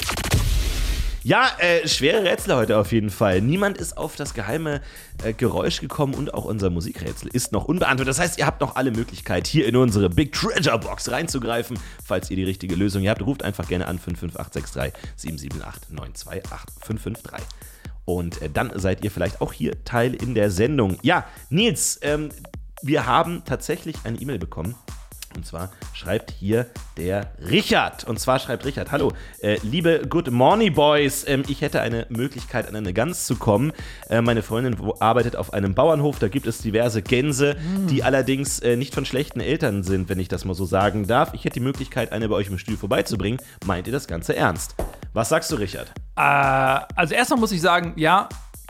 Ja, schwere Rätsel heute auf jeden Fall. Niemand ist auf das geheime Geräusch gekommen und auch unser Musikrätsel ist noch unbeantwortet. Das heißt, ihr habt noch alle Möglichkeit, hier in unsere Big Treasure Box reinzugreifen. Falls ihr die richtige Lösung habt, ruft einfach gerne an 55863 778 928 553. Und dann seid ihr vielleicht auch hier Teil in der Sendung. Ja, Nils, wir haben tatsächlich eine E-Mail bekommen. Und zwar schreibt hier der Richard. Und zwar schreibt Richard: Hallo, liebe Good Morning Boys. Ich hätte eine Möglichkeit, an eine Gans zu kommen. Meine Freundin arbeitet auf einem Bauernhof. Da gibt es diverse Gänse, die allerdings nicht von schlechten Eltern sind, wenn ich das mal so sagen darf. Ich hätte die Möglichkeit, eine bei euch im Studio vorbeizubringen. Meint ihr das Ganze ernst? Was sagst du, Richard? Also erstmal muss ich sagen, ja,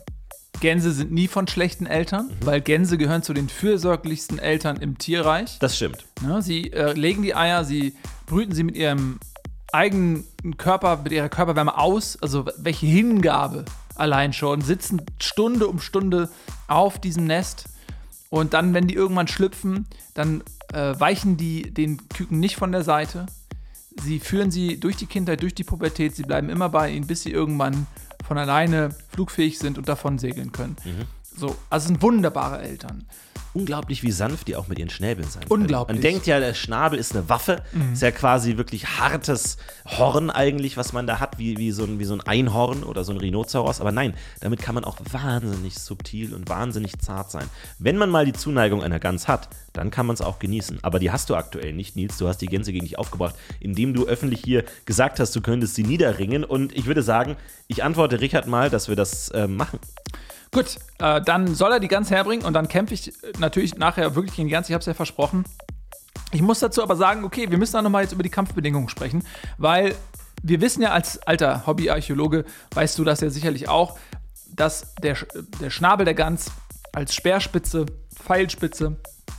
Gänse sind nie von schlechten Eltern, weil Gänse gehören zu den fürsorglichsten Eltern im Tierreich. Das stimmt. Ja, sie legen die Eier, sie brüten sie mit ihrem eigenen Körper, mit ihrer Körperwärme aus. Also welche Hingabe allein schon. Sitzen Stunde um Stunde auf diesem Nest. Und dann, wenn die irgendwann schlüpfen, dann weichen die den Küken nicht von der Seite. Sie führen sie durch die Kindheit, durch die Pubertät. Sie bleiben immer bei ihnen, bis sie irgendwann von alleine flugfähig sind und davon segeln können. So, also sind wunderbare Eltern. Unglaublich, wie sanft die auch mit ihren Schnäbeln sein können. Unglaublich. Man denkt ja, der Schnabel ist eine Waffe. Ist ja quasi wirklich hartes Horn eigentlich, was man da hat, wie so ein Einhorn oder so ein Rhinoceros. Aber nein, damit kann man auch wahnsinnig subtil und wahnsinnig zart sein. Wenn man mal die Zuneigung einer Gans hat, dann kann man es auch genießen. Aber die hast du aktuell nicht, Nils. Du hast die Gänse gegen dich aufgebracht, indem du öffentlich hier gesagt hast, du könntest sie niederringen. Und ich würde sagen, ich antworte Richard mal, dass wir das machen. Gut, dann soll er die Gans herbringen und dann kämpfe ich natürlich nachher wirklich gegen die Gans. Ich habe es ja versprochen. Ich muss dazu aber sagen, okay, wir müssen dann nochmal jetzt über die Kampfbedingungen sprechen, weil wir wissen ja als alter Hobbyarchäologe, weißt du das ja sicherlich auch, dass der Schnabel der Gans als Speerspitze, Pfeilspitze,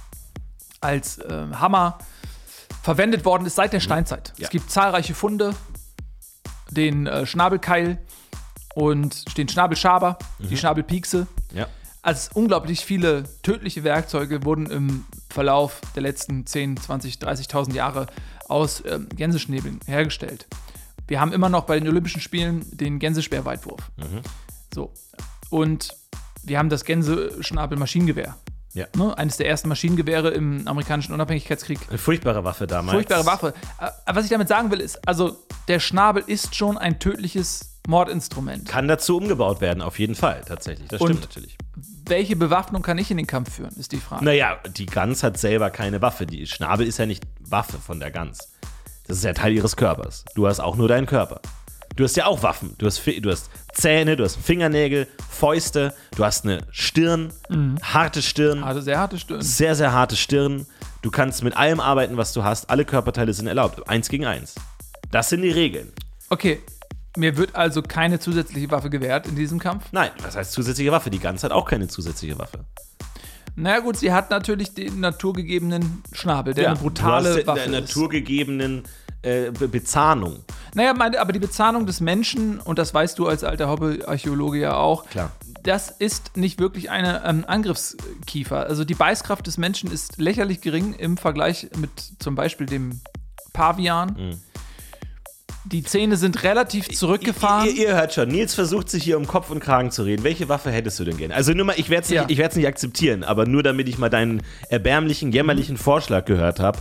als Hammer verwendet worden ist seit der Steinzeit. Ja. Es gibt zahlreiche Funde, den Schnabelkeil und den Schnabelschaber, die Schnabelpiekse. Ja. Also unglaublich viele tödliche Werkzeuge wurden im Verlauf der letzten 10, 20, 30.000 Jahre aus Gänseschnäbeln hergestellt. Wir haben immer noch bei den Olympischen Spielen den Gänsespeerweitwurf. So. Und wir haben das Gänseschnabel-Maschinengewehr. Ja. Ne? Eines der ersten Maschinengewehre im amerikanischen Unabhängigkeitskrieg. Eine furchtbare Waffe damals. Furchtbare Waffe. Aber was ich damit sagen will, ist, also der Schnabel ist schon ein tödliches Mordinstrument. Kann dazu umgebaut werden, auf jeden Fall, tatsächlich. Das stimmt natürlich. Welche Bewaffnung kann ich in den Kampf führen, ist die Frage. Naja, die Gans hat selber keine Waffe. Die Schnabel ist ja nicht Waffe von der Gans. Das ist ja Teil ihres Körpers. Du hast auch nur deinen Körper. Du hast ja auch Waffen. Du hast Zähne, du hast Fingernägel, Fäuste, du hast eine Stirn, harte Stirn. Also sehr harte Stirn. Sehr, sehr harte Stirn. Du kannst mit allem arbeiten, was du hast. Alle Körperteile sind erlaubt. 1 gegen 1. Das sind die Regeln. Okay, mir wird also keine zusätzliche Waffe gewährt in diesem Kampf? Nein, was heißt zusätzliche Waffe? Die Gans hat auch keine zusätzliche Waffe. Na gut, sie hat natürlich den naturgegebenen Schnabel, der eine brutale Waffe der ist. naturgegebenen Bezahnung. Naja, aber die Bezahnung des Menschen, und das weißt du als alter Hobbyarchäologe ja auch, Klar. das ist nicht wirklich eine Angriffskiefer. Also die Beißkraft des Menschen ist lächerlich gering im Vergleich mit zum Beispiel dem Pavian. Die Zähne sind relativ zurückgefahren. Ihr hört schon, Nils versucht sich hier um Kopf und Kragen zu reden. Welche Waffe hättest du denn gerne? Also nur mal, ich werde es nicht akzeptieren, aber nur damit ich mal deinen erbärmlichen, jämmerlichen Vorschlag gehört habe.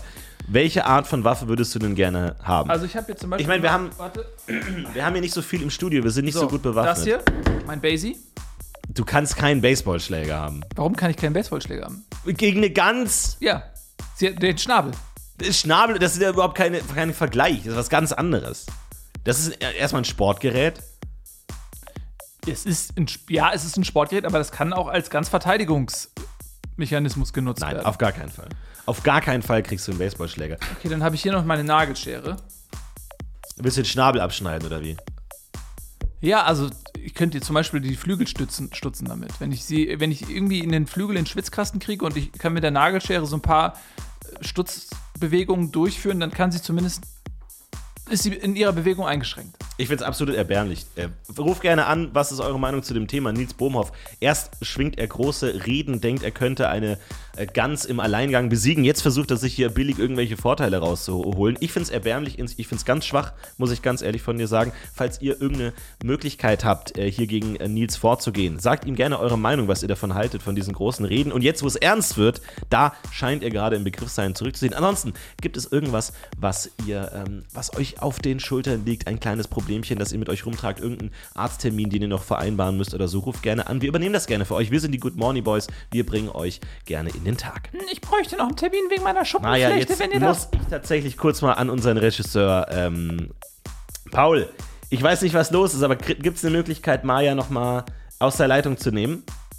Welche Art von Waffe würdest du denn gerne haben? Also ich habe jetzt zum Beispiel... Ich meine, wir haben Warte. hier nicht so viel im Studio, wir sind nicht so gut bewaffnet. Das hier, mein Basie. Du kannst keinen Baseballschläger haben. Warum kann ich keinen Baseballschläger haben? Gegen eine Gans... Ja, den Schnabel. Schnabel, das ist ja überhaupt kein Vergleich. Das ist was ganz anderes. Das ist erstmal ein Sportgerät. Es ist ein Sportgerät, aber das kann auch als ganz Verteidigungsmechanismus genutzt werden. Nein, auf gar keinen Fall. Auf gar keinen Fall kriegst du einen Baseballschläger. Okay, dann habe ich hier noch meine Nagelschere. Willst du den Schnabel abschneiden, oder wie? Ja, also ich könnte zum Beispiel die Flügel stutzen damit. Wenn ich irgendwie in den Flügel in den Schwitzkasten kriege und ich kann mit der Nagelschere so ein paar Stutzbewegungen durchführen, dann kann sie zumindest, ist sie in ihrer Bewegung eingeschränkt. Ich finde es absolut erbärmlich. Ruf gerne an, was ist eure Meinung zu dem Thema? Nils Bohmhoff. Erst schwingt er große Reden, denkt, er könnte eine Gans im Alleingang besiegen. Jetzt versucht er sich hier billig irgendwelche Vorteile rauszuholen. Ich finde es erbärmlich, ich finde es ganz schwach, muss ich ganz ehrlich von dir sagen. Falls ihr irgendeine Möglichkeit habt, hier gegen Nils vorzugehen, sagt ihm gerne eure Meinung, was ihr davon haltet, von diesen großen Reden. Und jetzt, wo es ernst wird, da scheint er gerade im Begriff sein, zurückzusehen. Ansonsten gibt es irgendwas, was euch auf den Schultern liegt, ein kleines Problemchen, das ihr mit euch rumtragt, irgendeinen Arzttermin, den ihr noch vereinbaren müsst oder so, ruft gerne an. Wir übernehmen das gerne für euch. Wir sind die Good Morning Boys. Wir bringen euch gerne in den Tag. Ich bräuchte noch einen Termin wegen meiner Schuppenflechte, Maja, jetzt wenn ihr das... muss ich tatsächlich kurz mal an unseren Regisseur Paul. Ich weiß nicht, was los ist, aber gibt es eine Möglichkeit, Maja noch mal aus der Leitung zu nehmen?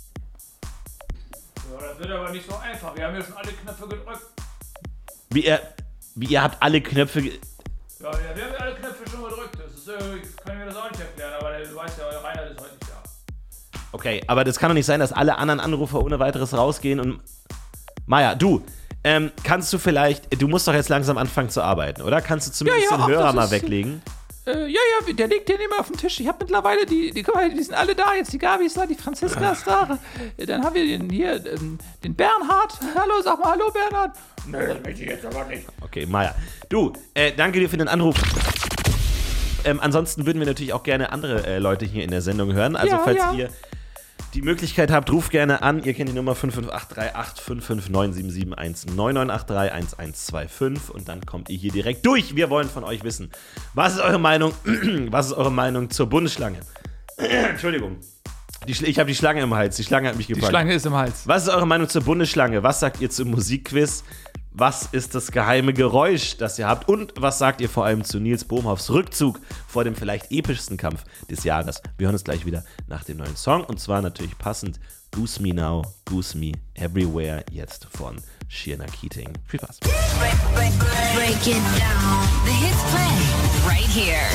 Ja, das wird aber nicht so einfach. Wir haben ja schon alle Knöpfe gedrückt. Wie ihr habt alle Knöpfe... Ja, wir haben ja alle Knöpfe schon gedrückt. Ich kann mir das auch nicht erklären, aber du weißt ja, Reinhard ist heute nicht da. Okay, aber das kann doch nicht sein, dass alle anderen Anrufer ohne weiteres rausgehen und... Maja, du, kannst du vielleicht... Du musst doch jetzt langsam anfangen zu arbeiten, oder? Kannst du zumindest den Hörer mal weglegen? Ja, der liegt den immer auf dem Tisch. Ich habe mittlerweile die sind alle da jetzt. Die Gabi ist da, die Franziska ist da. Dann haben wir den Bernhard. Hallo, sag mal hallo, Bernhard. Nee, das möchte ich jetzt aber nicht. Okay, Maja. Du, danke dir für den Anruf. Ansonsten würden wir natürlich auch gerne andere Leute hier in der Sendung hören. Also falls ihr die Möglichkeit habt, ruft gerne an. Ihr kennt die Nummer 5583855959319831125 und dann kommt ihr hier direkt durch. Wir wollen von euch wissen, was ist eure Meinung zur Bundesschlange? Entschuldigung. Ich habe die Schlange im Hals. Die Schlange hat mich gepackt. Die Schlange ist im Hals. Was ist eure Meinung zur Bundesschlange? Was sagt ihr zum Musikquiz? Was ist das geheime Geräusch, das ihr habt? Und was sagt ihr vor allem zu Nils Bohmhoffs Rückzug vor dem vielleicht epischsten Kampf des Jahres? Wir hören uns gleich wieder nach dem neuen Song. Und zwar natürlich passend Goose Me Now, Goose Me Everywhere, jetzt von Shiona Keating. Viel Spaß. Break it down. The hits play right here.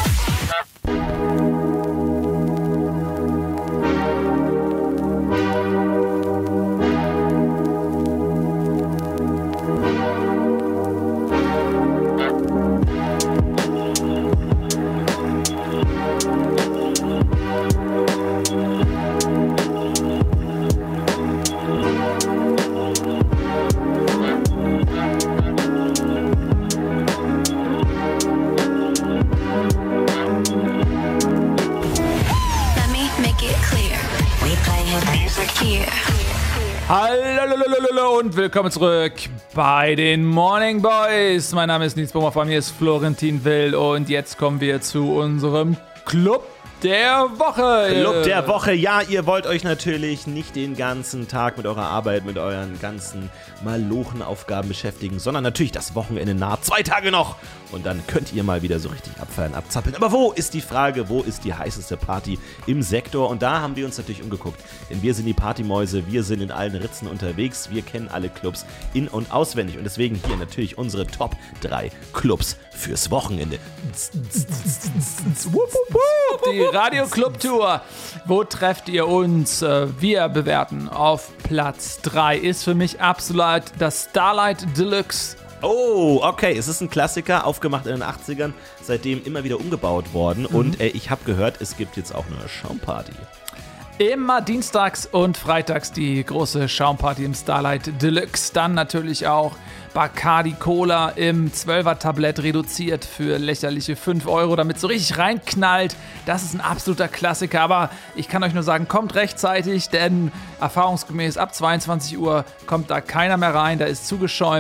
Hallo und willkommen zurück bei den Morning Boys. Mein Name ist Nils Bohmhoff, bei mir ist Florentin Will und jetzt kommen wir zu unserem Club der Woche. Club der Woche, ja, ihr wollt euch natürlich nicht den ganzen Tag mit eurer Arbeit, mit euren ganzen Malochenaufgaben beschäftigen, sondern natürlich das Wochenende naht, 2 Tage noch und dann könnt ihr mal wieder so richtig abfeiern, abzappeln. Aber wo ist die Frage, wo ist die heißeste Party im Sektor? Und da haben wir uns natürlich umgeguckt, denn wir sind die Partymäuse, wir sind in allen Ritzen unterwegs, wir kennen alle Clubs in- und auswendig und deswegen hier natürlich unsere Top 3 Clubs fürs Wochenende. Die Radio Club Tour. Wo trefft ihr uns? Wir bewerten auf Platz 3. Ist für mich absolut das Starlight Deluxe. Oh, okay. Es ist ein Klassiker, aufgemacht in den 80ern, seitdem immer wieder umgebaut worden. Und ich habe gehört, es gibt jetzt auch eine Schaumparty. Immer dienstags und freitags die große Schaumparty im Starlight Deluxe. Dann natürlich auch Bacardi Cola im 12er-Tablett reduziert für lächerliche 5 €, damit es so richtig reinknallt. Das ist ein absoluter Klassiker, aber ich kann euch nur sagen, kommt rechtzeitig, denn erfahrungsgemäß ab 22 Uhr kommt da keiner mehr rein, da ist zugeschäumt.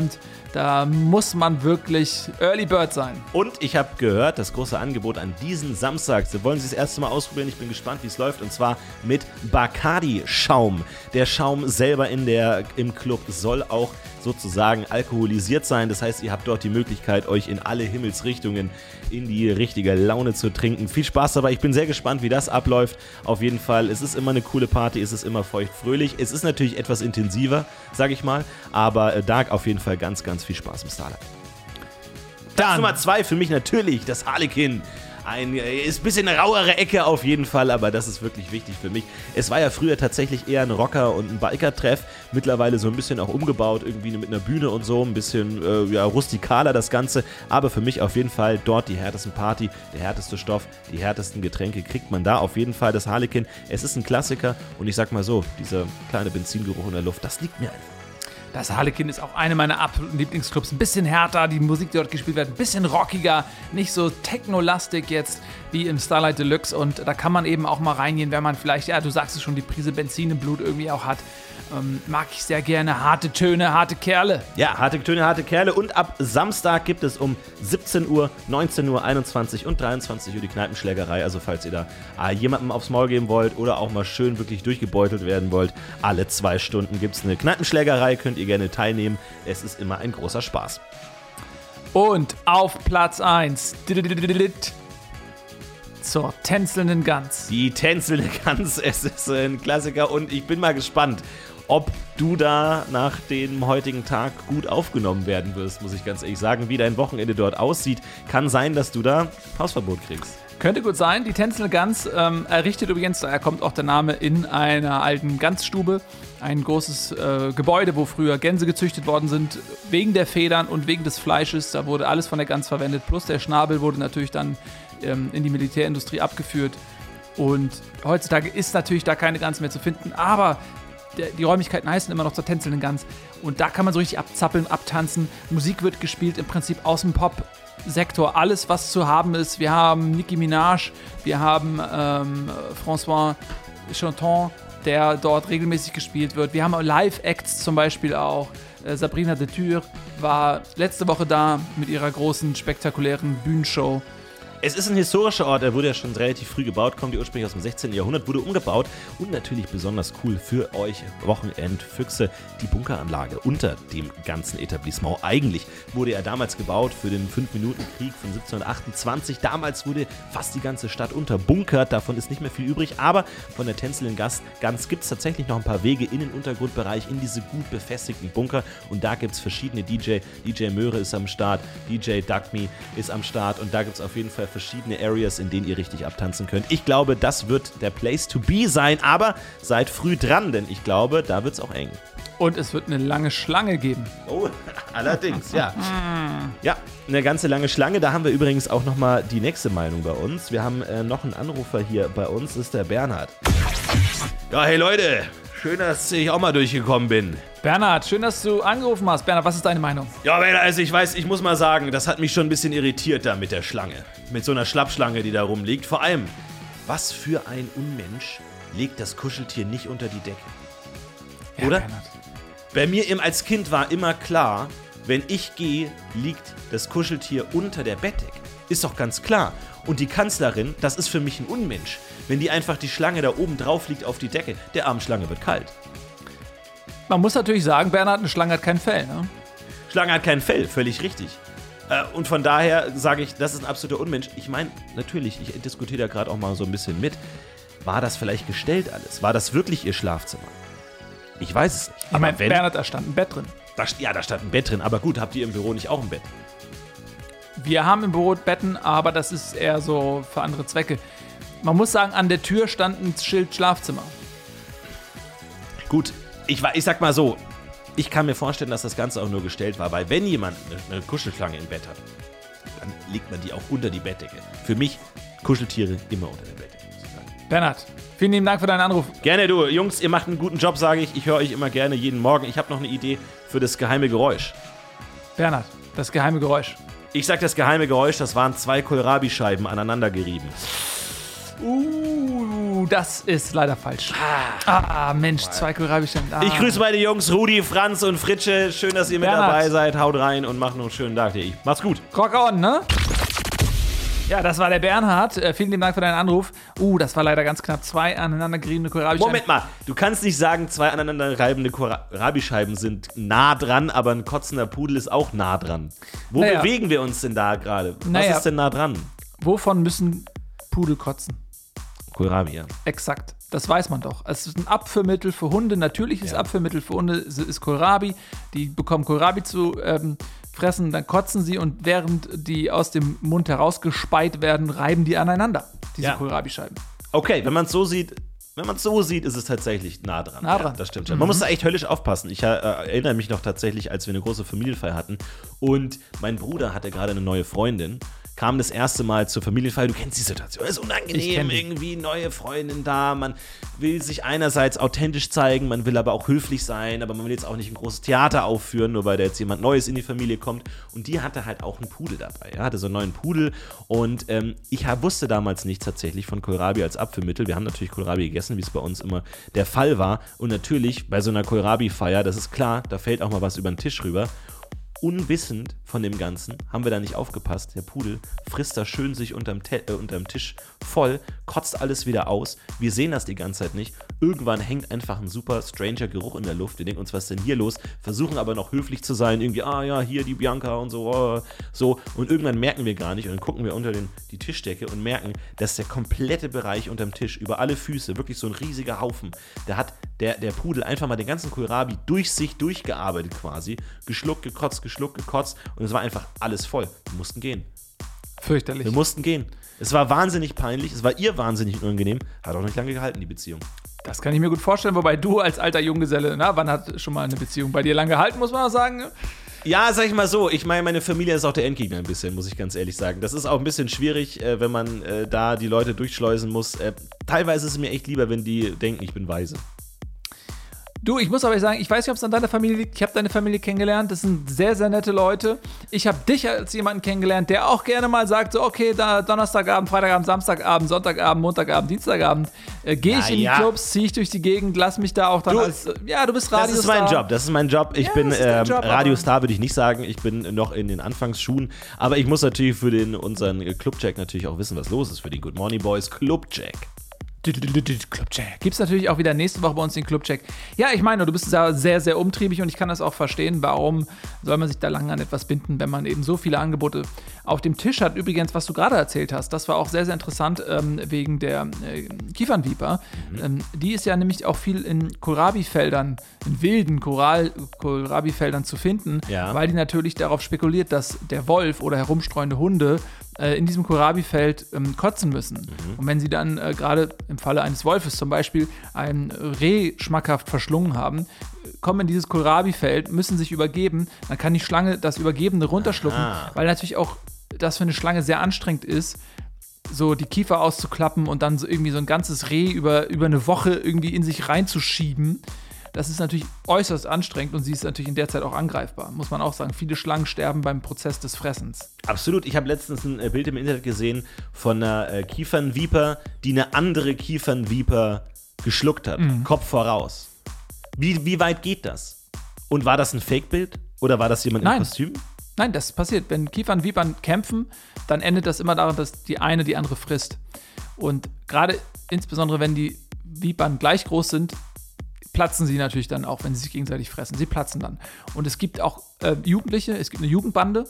Da muss man wirklich Early Bird sein. Und ich habe gehört, das große Angebot an diesem Samstag, Sie wollen Sie das erste Mal ausprobieren, ich bin gespannt, wie es läuft, und zwar mit Bacardi-Schaum. Der Schaum selber im Club soll auch sozusagen alkoholisiert sein, das heißt, ihr habt dort die Möglichkeit, euch in alle Himmelsrichtungen in die richtige Laune zu trinken. Viel Spaß dabei, ich bin sehr gespannt, wie das abläuft. Auf jeden Fall, es ist immer eine coole Party, es ist immer feuchtfröhlich, es ist natürlich etwas intensiver, sage ich mal, aber da auf jeden Fall ganz, ganz viel Spaß im Starlight. Platz Nummer 2 für mich natürlich das Harlekin. Ist ein bisschen eine rauere Ecke auf jeden Fall, aber das ist wirklich wichtig für mich. Es war ja früher tatsächlich eher ein Rocker- und ein Biker-Treff, mittlerweile so ein bisschen auch umgebaut, irgendwie mit einer Bühne und so, ein bisschen rustikaler das Ganze, aber für mich auf jeden Fall dort die härtesten Party, der härteste Stoff, die härtesten Getränke kriegt man da auf jeden Fall, das Harlekin. Es ist ein Klassiker und ich sag mal so, dieser kleine Benzingeruch in der Luft, das liegt mir einfach. Das Harlekin ist auch eine meiner absoluten Lieblingsclubs. Ein bisschen härter, die Musik, die dort gespielt wird, ein bisschen rockiger, nicht so technolastig jetzt wie im Starlight Deluxe. Und da kann man eben auch mal reingehen, wenn man vielleicht, ja, du sagst es schon, die Prise Benzin im Blut irgendwie auch hat. Mag ich sehr gerne. Harte Töne, harte Kerle. Ja, harte Töne, harte Kerle. Und ab Samstag gibt es um 17 Uhr, 19 Uhr, 21 und 23 Uhr die Kneipenschlägerei. Also falls ihr da jemandem aufs Maul geben wollt oder auch mal schön wirklich durchgebeutelt werden wollt, alle 2 Stunden gibt es eine Kneipenschlägerei. Könnt ihr gerne teilnehmen. Es ist immer ein großer Spaß. Und auf Platz 1 zur tänzelnden Gans. Die tänzelnde Gans, es ist ein Klassiker und ich bin mal gespannt, ob du da nach dem heutigen Tag gut aufgenommen werden wirst, muss ich ganz ehrlich sagen. Wie dein Wochenende dort aussieht, kann sein, dass du da Hausverbot kriegst. Könnte gut sein. Die tänzelnde Gans errichtet übrigens, daher kommt auch der Name, in einer alten Gansstube. Ein großes Gebäude, wo früher Gänse gezüchtet worden sind, wegen der Federn und wegen des Fleisches. Da wurde alles von der Gans verwendet, plus der Schnabel wurde natürlich dann in die Militärindustrie abgeführt. Und heutzutage ist natürlich da keine Gans mehr zu finden, aber die Räumlichkeiten heißen immer noch zur tänzelnden Gans. Und da kann man so richtig abzappeln, abtanzen. Musik wird gespielt im Prinzip aus dem Pop-Sektor. Alles, was zu haben ist. Wir haben Nicki Minaj, wir haben François Chanton, der dort regelmäßig gespielt wird. Wir haben Live-Acts zum Beispiel auch. Sabrina de Thur war letzte Woche da mit ihrer großen, spektakulären Bühnenshow. Es ist ein historischer Ort, er wurde ja schon relativ früh gebaut, kommt ursprünglich aus dem 16. Jahrhundert, wurde umgebaut und natürlich besonders cool für euch Wochenendfüchse, die Bunkeranlage unter dem ganzen Etablissement. Eigentlich wurde er damals gebaut für den 5-Minuten-Krieg von 1728. Damals wurde fast die ganze Stadt unterbunkert, davon ist nicht mehr viel übrig, aber von der tänzelnden Gans gibt es tatsächlich noch ein paar Wege in den Untergrundbereich, in diese gut befestigten Bunker und da gibt es verschiedene DJ Möhre ist am Start, DJ Dugme ist am Start und da gibt es auf jeden Fall verschiedene Areas, in denen ihr richtig abtanzen könnt. Ich glaube, das wird der Place to be sein, aber seid früh dran, denn ich glaube, da wird es auch eng. Und es wird eine lange Schlange geben. Oh, allerdings, ja. Ja, eine ganze lange Schlange. Da haben wir übrigens auch nochmal die nächste Meinung bei uns. Wir haben noch einen Anrufer hier bei uns, ist der Bernhard. Ja, hey Leute, schön, dass ich auch mal durchgekommen bin. Bernhard, schön, dass du angerufen hast. Bernhard, was ist deine Meinung? Ja, also ich muss mal sagen, das hat mich schon ein bisschen irritiert da mit der Schlange. Mit so einer Schlappschlange, die da rumliegt. Vor allem, was für ein Unmensch legt das Kuscheltier nicht unter die Decke? Ja, oder? Bernhard. Bei mir als Kind war immer klar, wenn ich gehe, liegt das Kuscheltier unter der Bettdecke. Ist doch ganz klar. Und die Kanzlerin, das ist für mich ein Unmensch. Wenn die einfach die Schlange da oben drauf liegt auf die Decke, der armen Schlange wird kalt. Man muss natürlich sagen, Bernhard, eine Schlange hat kein Fell, ne? Schlange hat kein Fell, völlig richtig. Und von daher sage ich, das ist ein absoluter Unmensch. Ich meine, natürlich, ich diskutiere da gerade auch mal so ein bisschen mit. War das vielleicht gestellt alles? War das wirklich ihr Schlafzimmer? Ich weiß es nicht. Ich meine, Bernhard, da stand ein Bett drin. Da stand ein Bett drin. Aber gut, habt ihr im Büro nicht auch ein Bett? Wir haben im Büro Betten, aber das ist eher so für andere Zwecke. Man muss sagen, an der Tür stand ein Schild Schlafzimmer. Gut, ich sag mal so, ich kann mir vorstellen, dass das Ganze auch nur gestellt war, weil wenn jemand eine Kuschelschlange im Bett hat, dann legt man die auch unter die Bettdecke. Für mich Kuscheltiere immer unter der Bettdecke, muss ich sagen. Bernhard, vielen lieben Dank für deinen Anruf. Gerne du, Jungs, ihr macht einen guten Job, sage ich. Ich höre euch immer gerne jeden Morgen. Ich habe noch eine Idee für das geheime Geräusch. Bernhard, das geheime Geräusch. Ich sag das geheime Geräusch, das waren 2 Kohlrabi-Scheiben aneinander gerieben. Das ist leider falsch. Mensch, 2 Kohlrabi-Scheiben. Ich grüße meine Jungs Rudi, Franz und Fritsche. Schön, dass ihr mit Bernhard. dabei seid. Haut rein und macht noch einen schönen Tag. Macht's gut. Rock on, ne? Ja, das war der Bernhard. Vielen lieben Dank für deinen Anruf. Das war leider ganz knapp. 2 aneinandergeriebene Kohlrabi-Scheiben. Moment mal, du kannst nicht sagen, 2 aneinander reibende Kohlrabi-Scheiben sind nah dran, aber ein kotzender Pudel ist auch nah dran. Wo bewegen wir uns denn da gerade? Was ist denn nah dran? Wovon müssen Pudel kotzen? Kohlrabi, ja. Exakt. Das weiß man doch. Es ist ein Abführmittel für Hunde. Natürliches Abführmittel für Hunde ist Kohlrabi. Die bekommen Kohlrabi zu fressen, dann kotzen sie und während die aus dem Mund herausgespeit werden, reiben die aneinander, diese Kohlrabi-Scheiben. Okay, wenn man es so sieht, ist es tatsächlich nah dran. Nah dran. Ja, das stimmt schon. Man muss da echt höllisch aufpassen. Ich erinnere mich noch tatsächlich, als wir eine große Familienfeier hatten und mein Bruder hatte gerade eine neue Freundin, kam das erste Mal zur Familienfeier. Du kennst die Situation. Es ist unangenehm, irgendwie neue Freundin da. Man will sich einerseits authentisch zeigen, man will aber auch höflich sein, aber man will jetzt auch nicht ein großes Theater aufführen, nur weil da jetzt jemand Neues in die Familie kommt. Und die hatte halt auch einen Pudel dabei. Er hatte so einen neuen Pudel und ich wusste damals nichts tatsächlich von Kohlrabi als Abführmittel. Wir haben natürlich Kohlrabi gegessen, wie es bei uns immer der Fall war. Und natürlich bei so einer Kohlrabi-Feier, das ist klar, da fällt auch mal was über den Tisch rüber. Unwissend von dem Ganzen haben wir da nicht aufgepasst. Der Pudel frisst da schön sich unterm Tisch voll, kotzt alles wieder aus. Wir sehen das die ganze Zeit nicht. Irgendwann hängt einfach ein super stranger Geruch in der Luft. Wir denken uns, was ist denn hier los? Versuchen aber noch höflich zu sein. Irgendwie, hier die Bianca und so. Und irgendwann merken wir gar nicht. Und dann gucken wir unter die Tischdecke und merken, dass der komplette Bereich unterm Tisch, über alle Füße, wirklich so ein riesiger Haufen, da hat der Pudel einfach mal den ganzen Kohlrabi durch sich durchgearbeitet quasi. Geschluckt, gekotzt und es war einfach alles voll. Wir mussten gehen. Fürchterlich. Wir mussten gehen. Es war wahnsinnig peinlich, es war ihr wahnsinnig unangenehm. Hat auch nicht lange gehalten, die Beziehung. Das kann ich mir gut vorstellen, wobei du als alter Junggeselle, wann hat schon mal eine Beziehung bei dir lang gehalten, muss man auch sagen? Ne? Ja, sag ich mal so, ich meine, meine Familie ist auch der Endgegner ein bisschen, muss ich ganz ehrlich sagen. Das ist auch ein bisschen schwierig, wenn man da die Leute durchschleusen muss. Teilweise ist es mir echt lieber, wenn die denken, ich bin weise. Du, ich muss aber sagen, ich weiß nicht, ob es an deiner Familie liegt. Ich habe deine Familie kennengelernt. Das sind sehr, sehr nette Leute. Ich habe dich als jemanden kennengelernt, der auch gerne mal sagt, so, okay, da Donnerstagabend, Freitagabend, Samstagabend, Sonntagabend, Montagabend, Dienstagabend gehe ich in die Clubs, ziehe ich durch die Gegend, lass mich da auch dann du bist Radiostar. Das ist mein Job. Ich bin Radiostar, würde ich nicht sagen. Ich bin noch in den Anfangsschuhen. Aber ich muss natürlich für unseren Clubcheck natürlich auch wissen, was los ist für die Good Morning Boys Clubcheck. Clubcheck. Gibt's natürlich auch wieder nächste Woche bei uns den Clubcheck. Ja, ich meine, du bist da sehr, sehr umtriebig und ich kann das auch verstehen. Warum soll man sich da lange an etwas binden, wenn man eben so viele Angebote auf dem Tisch hat? Übrigens, was du gerade erzählt hast, das war auch sehr, sehr interessant wegen der Kiefernviper. Die ist ja nämlich auch viel in Kohlrabi-Feldern, in wilden Kohlrabi-Feldern zu finden, weil die natürlich darauf spekuliert, dass der Wolf oder herumstreuende Hunde in diesem Kohlrabi-Feld kotzen müssen. Und wenn sie dann gerade im Falle eines Wolfes zum Beispiel ein Reh schmackhaft verschlungen haben, kommen in dieses Kohlrabi-Feld, müssen sich übergeben, dann kann die Schlange das Übergebene runterschlucken, weil natürlich auch das für eine Schlange sehr anstrengend ist, so die Kiefer auszuklappen und dann so irgendwie so ein ganzes Reh über eine Woche irgendwie in sich reinzuschieben. Das ist natürlich äußerst anstrengend und sie ist natürlich in der Zeit auch angreifbar, muss man auch sagen. Viele Schlangen sterben beim Prozess des Fressens. Absolut. Ich habe letztens ein Bild im Internet gesehen von einer Kiefernviper, die eine andere Kiefernviper geschluckt hat. Kopf voraus. Wie weit geht das? Und war das ein Fake-Bild? Oder war das jemand im Kostüm? Nein, das passiert. Wenn Kiefernvipern kämpfen, dann endet das immer daran, dass die eine die andere frisst. Und gerade insbesondere, wenn die Vipern gleich groß sind, platzen sie natürlich dann auch, wenn sie sich gegenseitig fressen. Sie platzen dann. Und es gibt auch Jugendliche, es gibt eine Jugendbande,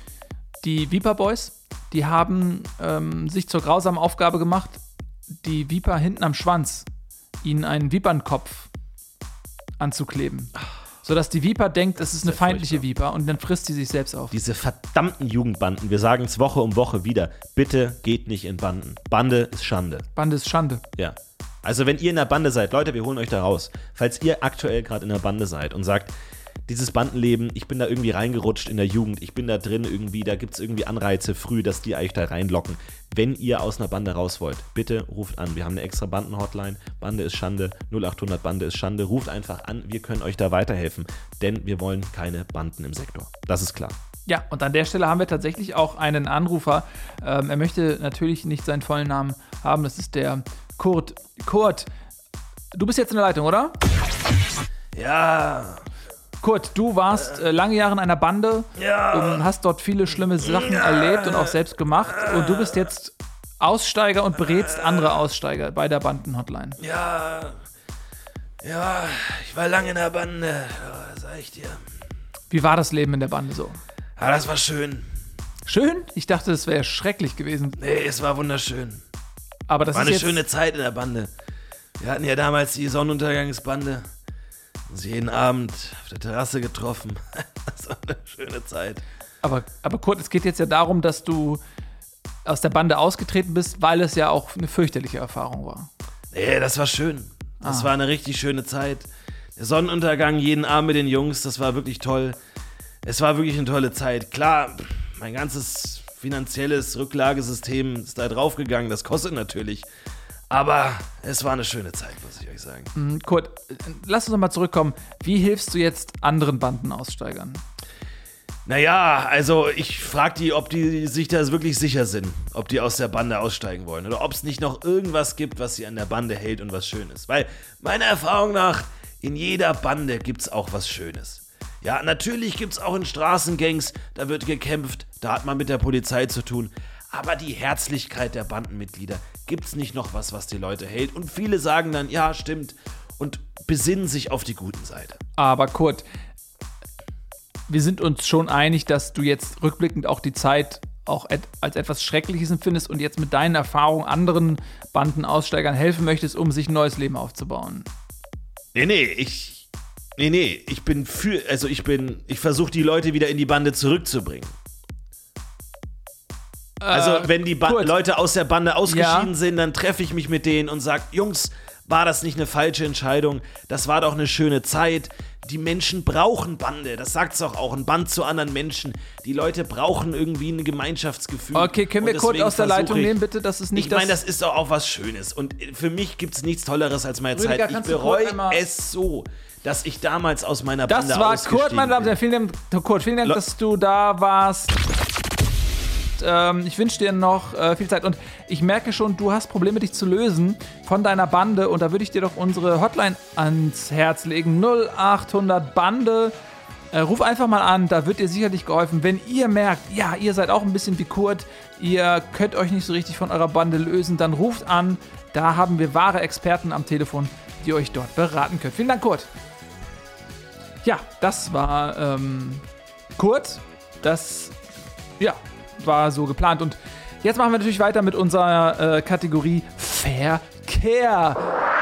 die Viper Boys, die haben sich zur grausamen Aufgabe gemacht, die Viper hinten am Schwanz, ihnen einen Vipernkopf anzukleben. Sodass die Viper denkt, es ist eine feindliche Viper und dann frisst sie sich selbst auf. Diese verdammten Jugendbanden, wir sagen es Woche um Woche wieder, bitte geht nicht in Banden. Bande ist Schande. Bande ist Schande. Ja. Also wenn ihr in der Bande seid, Leute, wir holen euch da raus. Falls ihr aktuell gerade in der Bande seid und sagt, dieses Bandenleben, ich bin da irgendwie reingerutscht in der Jugend, ich bin da drin irgendwie, da gibt es irgendwie Anreize früh, dass die euch da reinlocken. Wenn ihr aus einer Bande raus wollt, bitte ruft an. Wir haben eine extra Banden-Hotline. Bande ist Schande, 0800 Bande ist Schande. Ruft einfach an, wir können euch da weiterhelfen, denn wir wollen keine Banden im Sektor. Das ist klar. Ja, und an der Stelle haben wir tatsächlich auch einen Anrufer. Er möchte natürlich nicht seinen vollen Namen haben. Das ist der Kurt, du bist jetzt in der Leitung, oder? Ja. Kurt, du warst lange Jahre in einer Bande und hast dort viele schlimme Sachen erlebt und auch selbst gemacht. Und du bist jetzt Aussteiger und berätst andere Aussteiger bei der Bandenhotline. Ja, ich war lange in der Bande, sag ich dir. Wie war das Leben in der Bande so? Ja, das war schön. Schön? Ich dachte, es wäre schrecklich gewesen. Nee, es war wunderschön. Aber das War ist eine jetzt schöne Zeit in der Bande. Wir hatten ja damals die Sonnenuntergangsbande. Uns jeden Abend auf der Terrasse getroffen. Das war eine schöne Zeit. Aber Kurt, es geht jetzt ja darum, dass du aus der Bande ausgetreten bist, weil es ja auch eine fürchterliche Erfahrung war. Nee, das war schön. Das war eine richtig schöne Zeit. Der Sonnenuntergang jeden Abend mit den Jungs, das war wirklich toll. Es war wirklich eine tolle Zeit. Klar, mein ganzes finanzielles Rücklagesystem ist da draufgegangen. Das kostet natürlich. Aber es war eine schöne Zeit, muss ich euch sagen. Kurt, lass uns nochmal zurückkommen. Wie hilfst du jetzt anderen Bandenaussteigern? Naja, also ich frage die, ob die sich da wirklich sicher sind, ob die aus der Bande aussteigen wollen oder ob es nicht noch irgendwas gibt, was sie an der Bande hält und was schön ist. Weil meiner Erfahrung nach, in jeder Bande gibt es auch was Schönes. Ja, natürlich gibt es auch in Straßengangs, da wird gekämpft, da hat man mit der Polizei zu tun. Aber die Herzlichkeit der Bandenmitglieder, gibt's nicht noch was die Leute hält? Und viele sagen dann, ja, stimmt, und besinnen sich auf die guten Seite. Aber Kurt, wir sind uns schon einig, dass du jetzt rückblickend auch die Zeit auch als etwas Schreckliches empfindest und jetzt mit deinen Erfahrungen anderen Bandenaussteigern helfen möchtest, um sich ein neues Leben aufzubauen. Ich versuche die Leute wieder in die Bande zurückzubringen. Also, wenn die Leute aus der Bande ausgeschieden sind, dann treffe ich mich mit denen und sage, Jungs, war das nicht eine falsche Entscheidung? Das war doch eine schöne Zeit. Die Menschen brauchen Bande, das sagt's doch auch, ein Band zu anderen Menschen. Die Leute brauchen irgendwie ein Gemeinschaftsgefühl. Okay, können wir Kurt aus der Leitung nehmen, bitte? Das ist nicht ich meine, das ist doch auch was Schönes. Und für mich gibt's nichts Tolleres als meine Rüdiger, Zeit. Ich bereue es so, dass ich damals aus meiner Bande ausgestiegen bin. Das war Kurt, meine Damen und Herren. Vielen Dank, dass du da warst. Ich wünsche dir noch viel Zeit und ich merke schon, du hast Probleme, dich zu lösen von deiner Bande und da würde ich dir doch unsere Hotline ans Herz legen, 0800 Bande. Ruf einfach mal an, da wird dir sicherlich geholfen. Wenn ihr merkt, ja, ihr seid auch ein bisschen wie Kurt, ihr könnt euch nicht so richtig von eurer Bande lösen, dann ruft an, da haben wir wahre Experten am Telefon, die euch dort beraten können. Vielen Dank, Kurt. Ja, das war Kurt, das, ja, war so geplant. Und jetzt machen wir natürlich weiter mit unserer Kategorie Verkehr.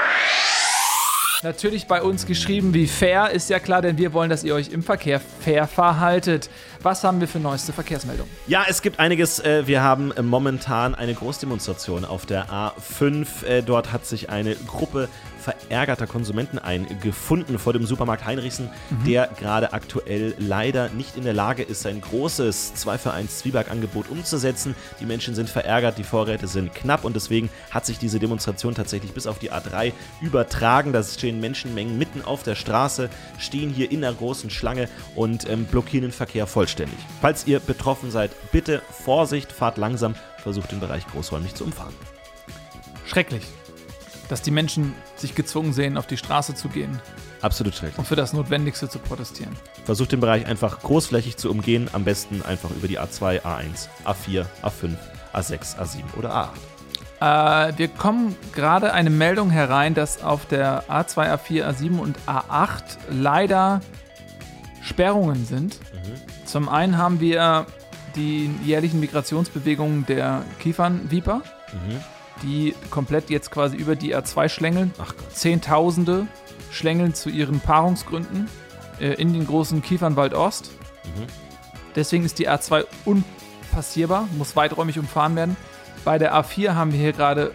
Natürlich bei uns geschrieben wie fair, ist ja klar, denn wir wollen, dass ihr euch im Verkehr fair verhaltet. Was haben wir für neueste Verkehrsmeldungen? Ja, es gibt einiges. Wir haben momentan eine Großdemonstration auf der A5. Dort hat sich eine Gruppe verärgerter Konsumenten eingefunden vor dem Supermarkt Heinrichsen, der gerade aktuell leider nicht in der Lage ist, sein großes 2-für-1 Zwieback-Angebot umzusetzen. Die Menschen sind verärgert, die Vorräte sind knapp und deswegen hat sich diese Demonstration tatsächlich bis auf die A3 übertragen. Da stehen Menschenmengen mitten auf der Straße, stehen hier in der großen Schlange und blockieren den Verkehr vollständig. Falls ihr betroffen seid, bitte Vorsicht, fahrt langsam, versucht den Bereich großräumig zu umfahren. Schrecklich, dass die Menschen sich gezwungen sehen, auf die Straße zu gehen. Absolut schrecklich. Und für das Notwendigste zu protestieren. Versucht den Bereich einfach großflächig zu umgehen, am besten einfach über die A2, A1, A4, A5, A6, A7 oder A8. Wir kommen gerade eine Meldung herein, dass auf der A2, A4, A7 und A8 leider Sperrungen sind. Zum einen haben wir die jährlichen Migrationsbewegungen der Kiefernviper, die komplett jetzt quasi über die A2 schlängeln. Ach Gott. Zehntausende schlängeln zu ihren Paarungsgründen in den großen Kiefernwald Ost. Deswegen ist die A2 unpassierbar, muss weiträumig umfahren werden. Bei der A4 haben wir hier gerade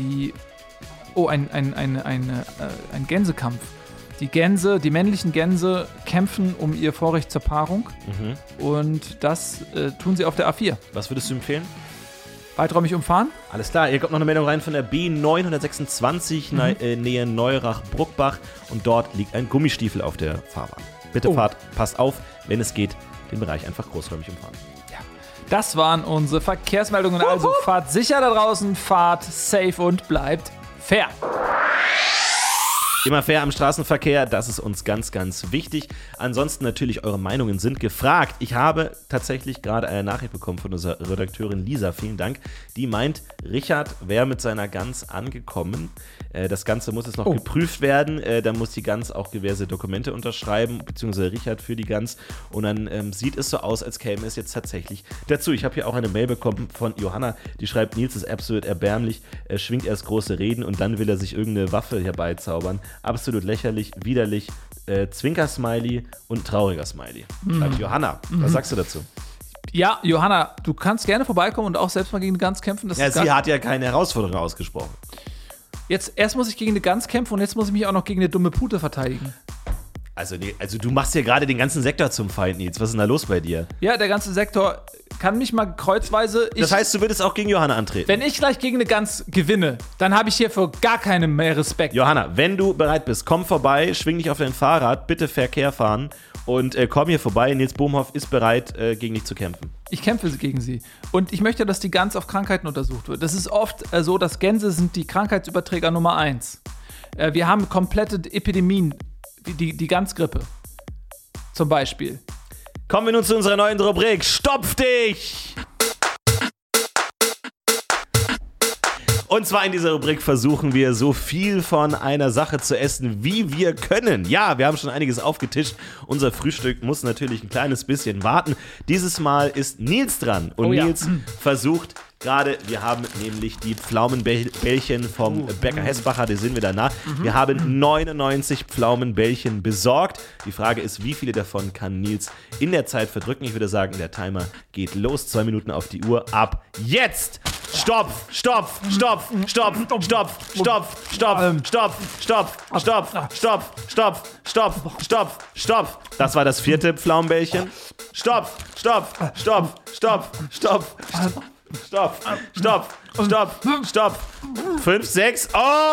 ein Gänsekampf. Die männlichen Gänse kämpfen um ihr Vorrecht zur Paarung und das tun sie auf der A4. Was würdest du empfehlen? Weiträumig umfahren? Alles klar, hier kommt noch eine Meldung rein von der B926 Nähe Neurach-Bruckbach und dort liegt ein Gummistiefel auf der Fahrbahn. Bitte passt auf, wenn es geht, den Bereich einfach großräumig umfahren. Ja. Das waren unsere Verkehrsmeldungen. Also fahrt sicher da draußen, fahrt safe und bleibt fair. Immer fair am Straßenverkehr, das ist uns ganz, ganz wichtig. Ansonsten natürlich, eure Meinungen sind gefragt. Ich habe tatsächlich gerade eine Nachricht bekommen von unserer Redakteurin Lisa, vielen Dank. Die meint, Richard wäre mit seiner Gans angekommen. Das Ganze muss jetzt noch geprüft werden. Da muss die Gans auch diverse Dokumente unterschreiben, beziehungsweise Richard für die Gans. Und dann sieht es so aus, als käme es jetzt tatsächlich dazu. Ich habe hier auch eine Mail bekommen von Johanna, die schreibt, Nils ist absolut erbärmlich, er schwingt erst große Reden und dann will er sich irgendeine Waffe herbeizaubern. Absolut lächerlich, widerlich, Zwinker-Smiley und trauriger Smiley. Schreibt Johanna. Was sagst du dazu? Ja, Johanna, du kannst gerne vorbeikommen und auch selbst mal gegen eine Gans kämpfen. Ja, sie hat ja keine Herausforderung ausgesprochen. Erst muss ich gegen eine Gans kämpfen und jetzt muss ich mich auch noch gegen eine dumme Pute verteidigen. Also du machst ja gerade den ganzen Sektor zum Feind, Nils. Was ist denn da los bei dir? Ja, der ganze Sektor kann mich mal kreuzweise... Das heißt, du würdest auch gegen Johanna antreten? Wenn ich gleich gegen eine Gans gewinne, dann habe ich hierfür gar keinen mehr Respekt. Johanna, wenn du bereit bist, komm vorbei, schwing dich auf dein Fahrrad, bitte Verkehr fahren und komm hier vorbei. Nils Bohmhoff ist bereit, gegen dich zu kämpfen. Ich kämpfe gegen sie. Und ich möchte, dass die Gans auf Krankheiten untersucht wird. Das ist oft so, dass Gänse sind die Krankheitsüberträger Nummer 1. Wir haben komplette Epidemien, die Gansgrippe zum Beispiel. Kommen wir nun zu unserer neuen Rubrik. Stopf dich! Und zwar in dieser Rubrik versuchen wir, so viel von einer Sache zu essen, wie wir können. Ja, wir haben schon einiges aufgetischt. Unser Frühstück muss natürlich ein kleines bisschen warten. Dieses Mal ist Nils dran. Und Nils versucht gerade, wir haben nämlich die Pflaumenbällchen vom Bäcker Hessbacher, die sind wir danach. Wir haben 99 Pflaumenbällchen besorgt. Die Frage ist, wie viele davon kann Nils in der Zeit verdrücken? Ich würde sagen, der Timer geht los. 2 Minuten auf die Uhr. Ab jetzt! Stopp! Stopp! Stopp! Stopp! Stopp! Stopp! Stopp! Stopp! Stopp! Stopp! Stopp! Stopp! Stopp! Stopp! Stopp! Das war das 4. Pflaumenbällchen. Stopp! Stopp! Stopp! Stopp! Stopp! Stopp, stopp, stopp, stopp. 5, 6.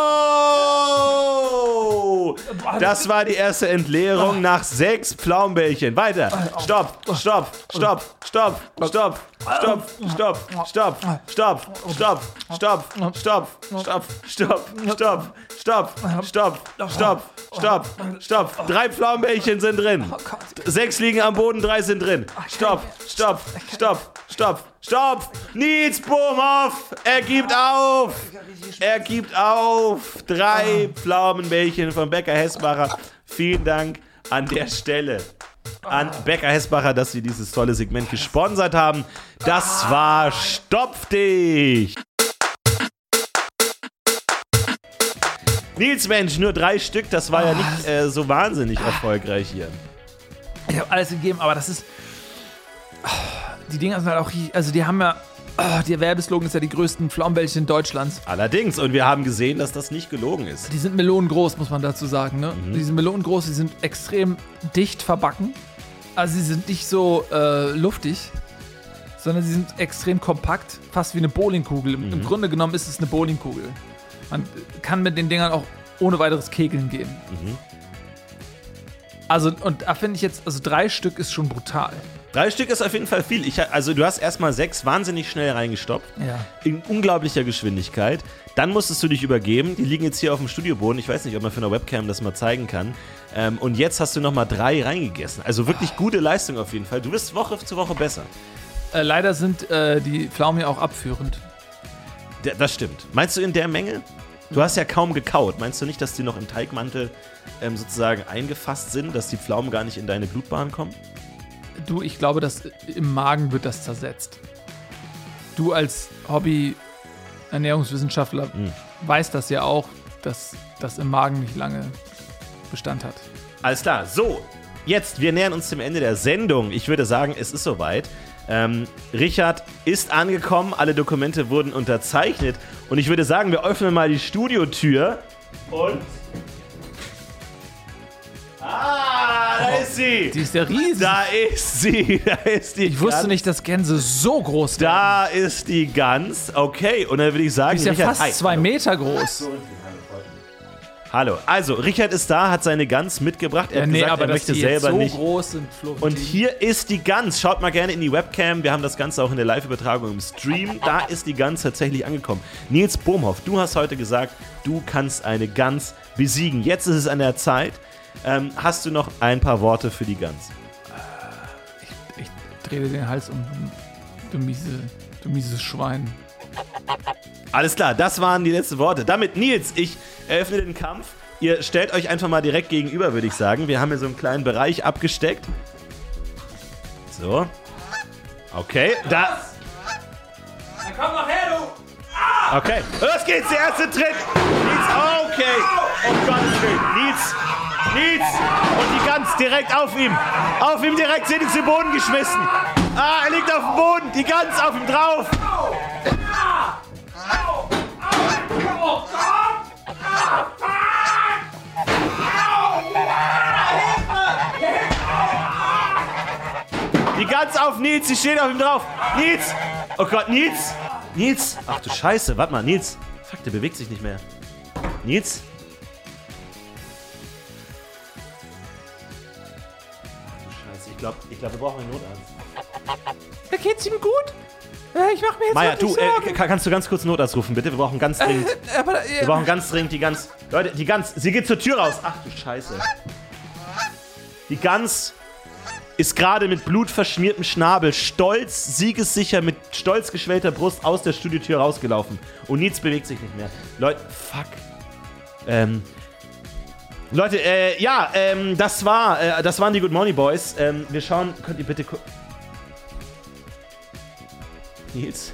Oh! Das war die erste Entleerung nach 6 Pflaumenbällchen. Weiter. Stopp, stopp, stopp, stopp, stopp, stopp, stopp, stopp, stopp, stopp, stopp, stopp, stopp, stopp, stopp, stopp, stopp, stopp, stopp, stopp. 3 Pflaumenbällchen sind drin. 6 liegen am Boden, 3 sind drin. Stopp, stopp, stopp, stopp, stopp. Nils Bohmhoff, er gibt auf. Er gibt auf. 3 Pflaumenbällchen vom Bäcker Hessbacher. Vielen Dank an der Stelle an Bäcker Hessbacher, dass sie dieses tolle Segment gesponsert haben. Das war Stopf dich. Nils, Mensch, nur 3 Stück, das war ja nicht so wahnsinnig erfolgreich hier. Ich habe alles gegeben, aber das ist... Die Dinger sind halt auch... Also die haben ja... Der Werbeslogan ist ja die größten Pflaumenbällchen Deutschlands. Allerdings, und wir haben gesehen, dass das nicht gelogen ist. Die sind melonengroß, muss man dazu sagen. Ne? Die sind melonengroß, die sind extrem dicht verbacken. Also sie sind nicht so luftig, sondern sie sind extrem kompakt, fast wie eine Bowlingkugel. Im Grunde genommen ist es eine Bowlingkugel. Man kann mit den Dingern auch ohne weiteres Kegeln gehen. Also, und da finde ich jetzt, also 3 Stück ist schon brutal. 3 Stück ist auf jeden Fall viel. Also du hast erstmal 6 wahnsinnig schnell reingestopft. Ja. In unglaublicher Geschwindigkeit. Dann musstest du dich übergeben. Die liegen jetzt hier auf dem Studioboden. Ich weiß nicht, ob man für eine Webcam das mal zeigen kann. Und jetzt hast du nochmal 3 reingegessen. Also wirklich gute Leistung auf jeden Fall. Du wirst Woche zu Woche besser. Leider sind die Pflaumen ja auch abführend. Das stimmt. Meinst du in der Menge? Du hast ja kaum gekaut. Meinst du nicht, dass die noch im Teigmantel sozusagen eingefasst sind, dass die Pflaumen gar nicht in deine Blutbahn kommen? Du, ich glaube, dass im Magen wird das zersetzt. Du als Hobby-Ernährungswissenschaftler weißt das ja auch, dass das im Magen nicht lange Bestand hat. Alles klar. So, jetzt, wir nähern uns dem Ende der Sendung. Ich würde sagen, es ist soweit. Richard ist angekommen, alle Dokumente wurden unterzeichnet und ich würde sagen, wir öffnen mal die Studiotür und... da ist sie! Die ist ja riesig. Da ist sie, da ist die Ich wusste nicht, dass Gänse so groß werden. Da ist die Gans, okay, und dann würde ich sagen... Die ist ja Richard, fast 2 Meter groß. Hallo. Also, Richard ist da, hat seine Gans mitgebracht. Er hat gesagt, aber er möchte dass die selber jetzt so nicht. groß sind, Florentin. Und hier ist die Gans. Schaut mal gerne in die Webcam. Wir haben das Ganze auch in der Live-Übertragung im Stream. Da ist die Gans tatsächlich angekommen. Nils Bohmhoff, du hast heute gesagt, du kannst eine Gans besiegen. Jetzt ist es an der Zeit. Hast du noch ein paar Worte für die Gans? Ich drehe dir den Hals um, du mieses Schwein. Alles klar, das waren die letzten Worte. Damit, Nils, ich eröffne den Kampf. Ihr stellt euch einfach mal direkt gegenüber, würde ich sagen. Wir haben hier so einen kleinen Bereich abgesteckt. So. Okay, da. Dann komm noch her, du! Okay, los geht's, der erste Tritt. Nils, okay. Um Gottes Willen. Nils. Und die Gans direkt auf ihm. Auf ihm direkt sind sie zu Boden geschmissen. Er liegt auf dem Boden. Die Gans auf ihm drauf. Die Gans auf Nils, sie steht auf ihm drauf. Nils! Oh Gott, Nils! Ach du Scheiße, warte mal, Nils. Fuck, der bewegt sich nicht mehr. Nils? Ach du Scheiße, ich glaube, wir brauchen einen Notarzt. Da geht's ihm gut? Ich mach mir jetzt Maja, du, Sorgen. kannst du ganz kurz Notarzt rufen, bitte? Wir brauchen ganz dringend. Wir brauchen ganz dringend die Gans. Leute, die Gans, sie geht zur Tür raus. Ach du Scheiße. Die Gans ist gerade mit blutverschmiertem Schnabel stolz, siegessicher, mit stolz geschwellter Brust aus der Studiotür rausgelaufen. Und Nils bewegt sich nicht mehr. Leute, fuck. Leute, das waren die Good Morning Boys. Wir schauen, könnt ihr bitte Nils.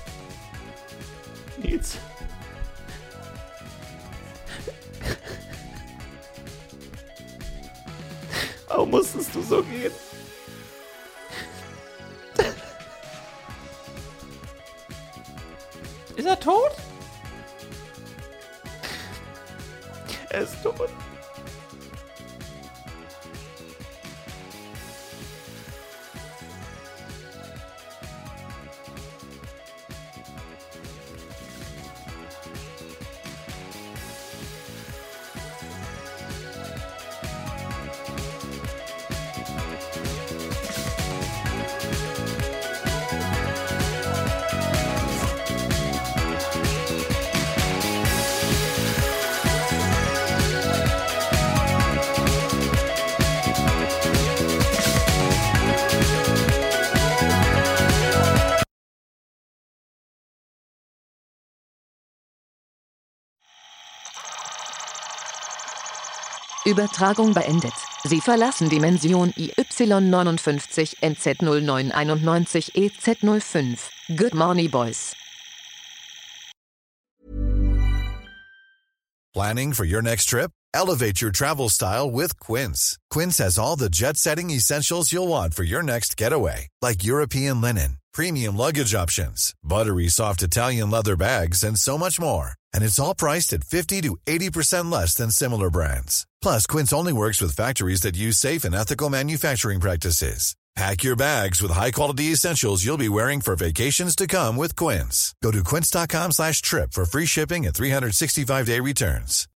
Warum musstest du so gehen? Ist er tot? Er ist tot. Übertragung beendet. Sie verlassen Dimension IY59 NZ0991 EZ05. Good Morning Boys. Planning for your next trip? Elevate your travel style with Quince. Quince has all the jet-setting essentials you'll want for your next getaway, like European linen, premium luggage options, buttery soft Italian leather bags, and so much more. And it's all priced at 50 to 80% less than similar brands. Plus, Quince only works with factories that use safe and ethical manufacturing practices. Pack your bags with high-quality essentials you'll be wearing for vacations to come with Quince. Go to quince.com/trip for free shipping and 365-day returns.